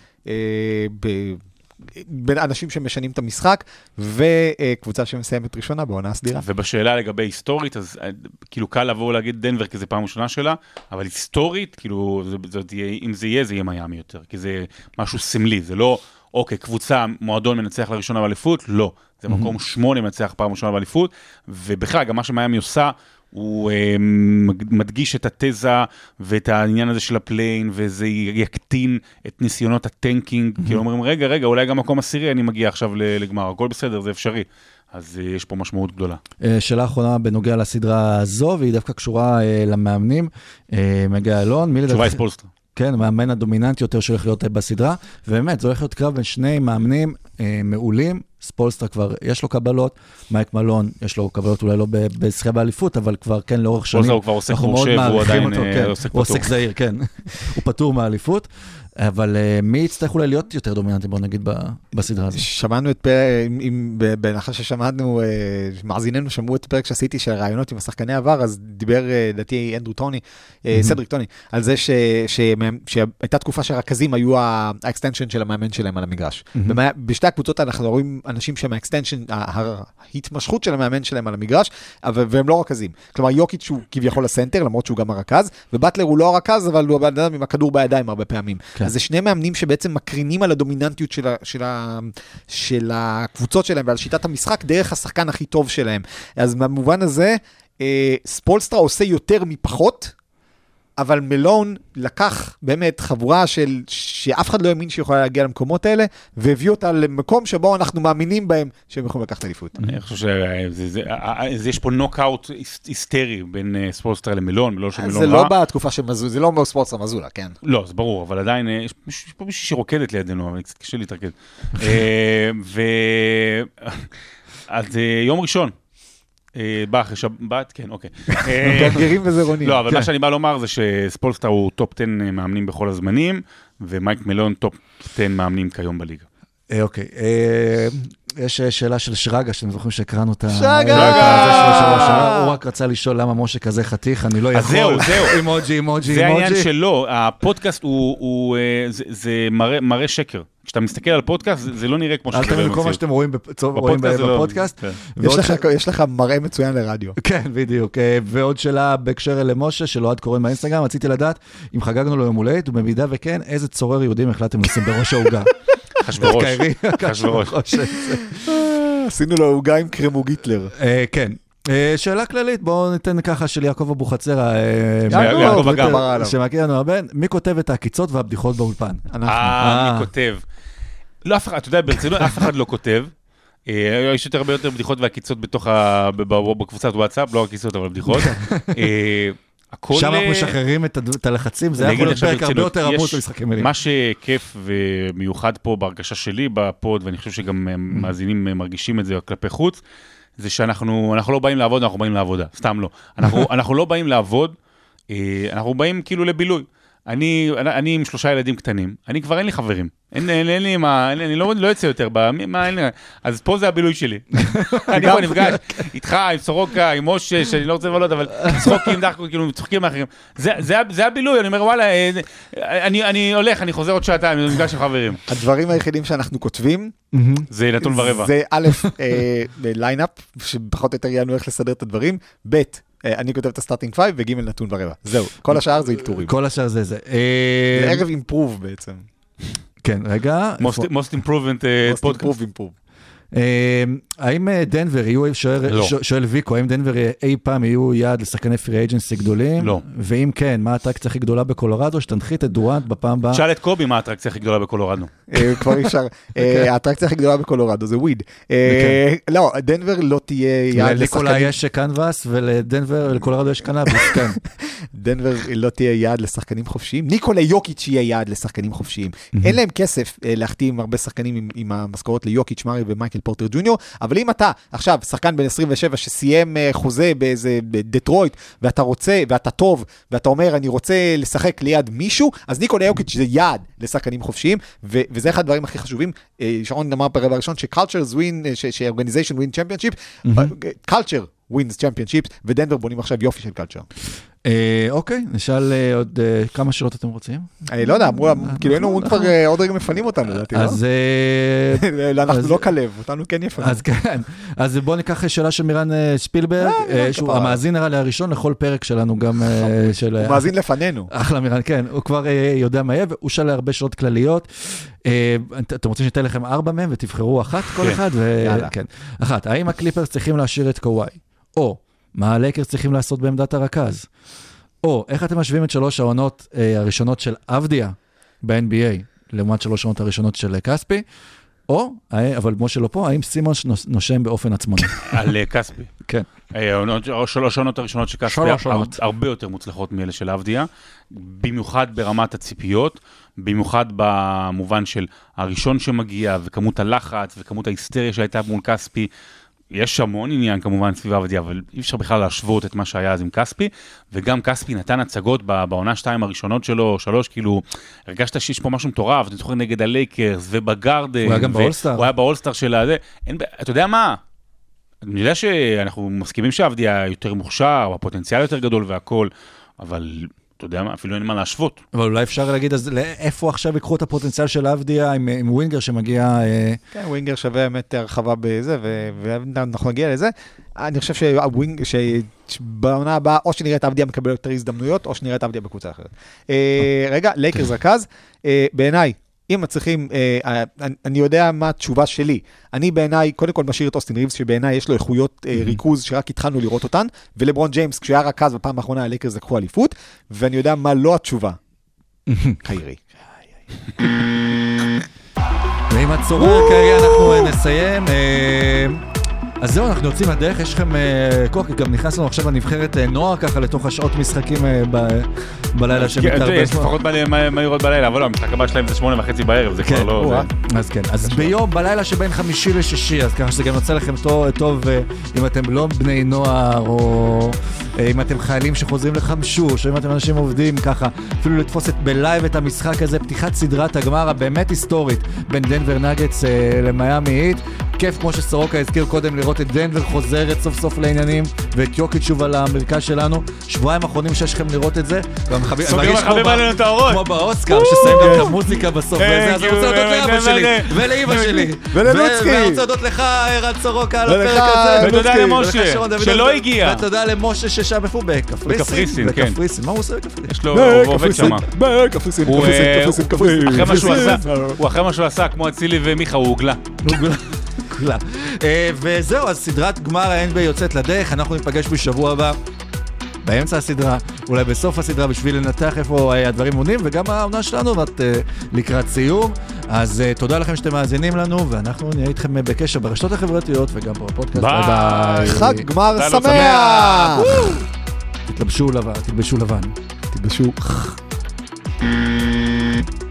בין אנשים שמשנים את המשחק, וקבוצה שמסיימת ראשונה בעונה הסדירה. ובשאלה לגבי היסטורית, אז כאילו קל לבוא להגיד דנבר, כי זה פעם ראשונה שלה, אבל היסטורית, כאילו, אם זה יהיה מיאמי יותר, כי זה משהו סמלי, זה לא, אוקיי, קבוצה, מועדון מנצח לראשונה באליפות, לא. זה מקום 8 מנצח פעם ראשונה באליפות, ובכלל, גם מה שמיאמי עושה, הוא מדגיש את התזה ואת העניין הזה של הפליין, וזה יקטין את ניסיונות הטנקינג, כי אומרים, רגע, אולי גם מקום עשירי, אני מגיע עכשיו לגמר, הכל בסדר, זה אפשרי. אז יש פה משמעות גדולה. שאלה אחרונה בנוגע לסדרה הזו, והיא דווקא קשורה למאמנים, מגה אלון. תשובה ספולסטרה. כן, המאמן הדומיננטי יותר שהולך להיות בסדרה, ובאמת, זה הולך להיות קרב בין שני מאמנים מעולים, ספולסטרה כבר יש לו קבלות, מייק מלון יש לו קבלות אולי לא בזכייה באליפות, אבל כבר כן לאורך שנים. הוא כבר עוסק מורשב, הוא עדיין עוסק פטור. הוא עוסק זהיר, כן. הוא פטור מהאליפות, אבל מי יצטרך אולי להיות יותר דומיננטי, בוא נגיד, בסדרה הזאת? שמענו את פרק, בהנחה ששמענו, מאזיננו שמעו את פרק שעשיתי של הרעיונות עם השחקני עבר, אז דיבר דעתי אנדרו טוני, סדריק טוני, על זה שהייתה תקופה שהרכזים היו האקסטנשן של המאמן שלהם על המגרש. בשתי הקבוצות אנחנו רואים אנשים שמהאקסטנשן, ההתמשכות של המאמן שלהם על המגרש, והם לא רכזים. כלומר, יוקיץ' הוא כביכול הסנטר, למרות שהוא גם הרכז, ובטלר הוא לא הרכז, אבל הוא אדם עם הכדור בידיים הרבה פעמים. אז זה שני מאמנים שבעצם מקרינים על הדומיננטיות של הקבוצות שלהם ועל שיטת המשחק דרך השחקן הכי טוב שלהם. אז במובן הזה, ספולסטרה עושה יותר מפחות, אבל מלון לקח באמת חבורה שאף אחד לא האמין שיכולה להגיע למקומות האלה, והביא אותה למקום שבו אנחנו מאמינים בהם שהם יכולים לקחת אליפות. אני חושב שיש פה נוקאוט היסטרי בין ספולסטרה למלון, מלון שמלון רע. זה לא בתקופה שמזול, זה לא ספולסטרה מזולה, כן. לא, זה ברור, אבל עדיין יש פה מישהי שרוקדת לידינו, אבל קצת קשה להתרכז. אז יום ראשון. בא אחרי שבת, כן, אוקיי. גרגרים וזרונים. לא, אבל מה שאני בא לומר זה שספולסטרה הוא טופ 10 מאמנים בכל הזמנים, ומייק מלון טופ 10 מאמנים כיום בליגה. אוקיי. יש שאלה של שרגא, שאתם זוכרים שהקראנו את שרגא! הוא רק רצה לשאול למה משה כזה חתיך, אני לא יכול. זהו. אימוג'י. זה העניין שלו, הפודקאסט זה מראה שקר. כשאתה מסתכל על פודקאסט, זה לא נראה כמו שזה אל תמיד כל מה שאתם רואים בפודקאסט. יש לך מראה מצוין לרדיו. כן, בדיוק. ועוד שאלה בהקשר למשה, של אוהד קורן באינסטגרם, רציתי לדעת אם חגגנו לו יום הולדת, ובמידה וכן, איזה צורר יהודים החלטתם לשים בראש העוגה. חשברוש. עשינו לו עוגה עם קרמו גיטלר. כן. שאלה כללית, בואו ניתן ככה של יעקב אבוחצירא, יעקב אגר. שמכיר לנו הרבה, מי כותב את העקיצות והבדיחות באולפן? מי כותב? לא, אף אחד, אתה יודע, ברצינות, אף אחד לא כותב. יש הרבה יותר בדיחות והעקיצות בקבוצת וואטסאפ, לא עקיצות, אבל בדיחות. שם אנחנו משחררים את הלחצים, זה יכול להיות פרק הרבה יותר עמוס למשחקי מילים. מה שכיף ומיוחד פה בהרגשה שלי בפוד, ואני חושב שגם מאזינים מרגישים את זה כלפי חוץ, זה שאנחנו לא באים לעבוד, אנחנו באים לעבודה, סתם לא. אנחנו לא באים לעבוד, אנחנו באים כאילו לבילוי. אני עם 3 ילדים קטנים, אני כבר אין לי חברים, אין לי מה, אני לא יוצא יותר, אז פה זה הבילוי שלי. אני פה נפגש איתך, עם סורוקה, עם משה, שאני לא רוצה לבלות, אבל צחוקים, דחקו, כאילו, צוחקים מאחרים. זה הבילוי, אני אומר, וואלה, אני הולך, אני חוזר עוד שעתיים, אני נפגש עם חברים. הדברים היחידים שאנחנו כותבים, זה נתון ורבע. זה א', ליינאפ, שפחות או יותר יענו איך לסדר את הדברים, ב', אני כותב את הסטארטינג 5 וג' נתון ברבע. זהו, כל השאר זה אלתורים. כל השאר זה. זה ערב אימפרוב בעצם. כן, רגע. most improvement podcast. האם דנבר יהיו, שואל ויקו, האם דנבר אי פעם יהיו יעד לשחקני פרי אייג'נסי גדולים? לא. ואם כן, מה האטרקציה הכי גדולה בקולורדו? שתנחית את דורנט בפעם הבאה? שאל את קובי מה האטרקציה הכי גדולה בקולורדו. כבר אפשר. האטרקציה הכי גדולה בקולורדו זה וויד. לא, דנבר לא תהיה יעד לשחקנים. לניקולה יש קנבס ולדנבר ולקולורדו יש קנאביס, כן. דנבר לא תהיה יעד לשחקנים חופשיים. ניקולה יוקיץ' יהיה יעד לשחקנים חופשיים. אין להם כסף להחתים הרבה שחקנים עם המשכורות ליוקיץ', מרי ומייקל פורטר ג'וניור, אבל אם אתה עכשיו שחקן בן 27 שסיים חוזה באיזה דטרויט, ואתה רוצה, ואתה טוב, ואתה אומר אני רוצה לשחק ליד מישהו, אז ניקולה יוקיץ' זה יעד לשחקנים חופשיים, וזה אחד הדברים הכי חשובים. שרון אמר ברבע הראשון ש-cultures win, ש-organization win championship, culture wins championship, ודנבר בונים עכשיו יופי של culture. אוקיי, נשאל עוד כמה שאלות אתם רוצים? לא יודע, כאילו היינו כבר עוד רגע מפנים אותנו, לדעתי, לא? אז אנחנו לא כלב, אותנו כן יפנים. אז כן, אז בואו ניקח שאלה של מירן שפילברג, שהוא המאזין נראה לי הראשון לכל פרק שלנו גם של... הוא מאזין לפנינו. אחלה מירן, כן, הוא כבר יודע מה יהיה, והוא שאל הרבה שאלות כלליות. אתם רוצים שניתן לכם 4 מהם ותבחרו אחת כל אחד? כן. אחת, האם הקליפרס צריכים להשאיר את קוואי? או מה הלייקרס צריכים לעשות בעמדת הרכז? או איך אתם משווים את 3 העונות הראשונות של אבדיה ב-NBA, לעומת 3 העונות הראשונות של קספי? או, אבל משה לא פה, האם סימון נושם באופן עצמוני? על קספי. כן. 3 העונות הראשונות של קספי הרבה יותר מוצלחות מאלה של אבדיה, במיוחד ברמת הציפיות, במיוחד במובן של הראשון שמגיע, וכמות הלחץ, וכמות ההיסטריה שהייתה מול קספי, יש המון עניין כמובן סביב עבדיה, אבל אי אפשר בכלל להשוות את מה שהיה אז עם קספי, וגם קספי נתן הצגות בעונה 2 הראשונות שלו, 3, כאילו, הרגשת שיש פה משהו מטורף, אתה זוכר נגד הלייקרס, ובגארדן, הוא היה גם באולסטאר. הוא היה באולסטאר של הזה, אתה יודע מה? אני יודע שאנחנו מסכימים שעבדיה יותר מוכשר, הפוטנציאל יותר גדול והכל, אבל... אתה יודע מה, אפילו אין מה להשוות. אבל אולי אפשר להגיד, אז איפה עכשיו יקחו את הפוטנציאל של אבדיה עם ווינגר שמגיע... כן, ווינגר שווה באמת הרחבה בזה, ואנחנו נגיע לזה. אני חושב שבעונה הבאה, או שנראה את אבדיה מקבל יותר הזדמנויות, או שנראה את אבדיה בקבוצה אחרת. רגע, לייקרס רכז, בעיניי, אם מצליחים, אני יודע מה התשובה שלי. אני בעיניי, קודם כל משאיר את אוסטין ריבס, שבעיניי יש לו איכויות ריכוז שרק התחלנו לראות אותן, ולברון ג'יימס, כשהיה רכז בפעם האחרונה, הלייקרס לקחו אליפות, ואני יודע מה לא התשובה. קיירי. ועם הצורר קיירי אנחנו נסיים. אז זהו, אנחנו יוצאים לדרך, יש לכם כוח, גם נכנס לנו עכשיו הנבחרת נוער ככה לתוך השעות משחקים בלילה שמתקרב. יש לפחות מה לראות בלילה, אבל לא, המשחק הבא שלהם זה 8:30 בערב, זה כבר לא... אז כן, אז ביום, בלילה שבין חמישי לשישי, אז ככה שזה גם יוצא לכם טוב אם אתם לא בני נוער, או אם אתם חיילים שחוזרים לחמשוש, או אם אתם אנשים עובדים ככה, אפילו לתפוס בלייב את המשחק הזה, פתיחת סדרת הגמר הבאמת היסטורית בין דנבר נגטס למיימי היט. כיף כמו שסורוקה הזכיר קודם לראות את דנבר חוזרת סוף סוף לעניינים ואת יוקיץ' שוב על המרכז שלנו. שבועיים האחרונים שיש לכם לראות את זה. סוגרים מחבים עלינו את האורות. כמו באוסקר ששמים גם את המוזיקה בסוף. אז אני רוצה להודות לאבא שלי ולאמא שלי. ואני רוצה להודות לך ערן סורוקה על הפרק הזה. ותודה למשה שלא הגיע. ותודה למשה ששם איפה בקפריסין. מה הוא עושה בקפריסין? יש לו, הוא עובד שם. בקפריסין. הוא אחרי מה שהוא עשה, כמו אצילי ומיכה, הוא הוגלה. וזהו, אז סדרת גמר ה-NBA יוצאת לדרך, אנחנו ניפגש בשבוע הבא, באמצע הסדרה, אולי בסוף הסדרה, בשביל לנתח איפה הדברים עונים, וגם העונה שלנו לקראת סיום. אז תודה לכם שאתם מאזינים לנו, ואנחנו נהיה איתכם בקשר ברשתות החברתיות, וגם בפודקאסט. ביי. חג גמר שמח! תלבשו לבן.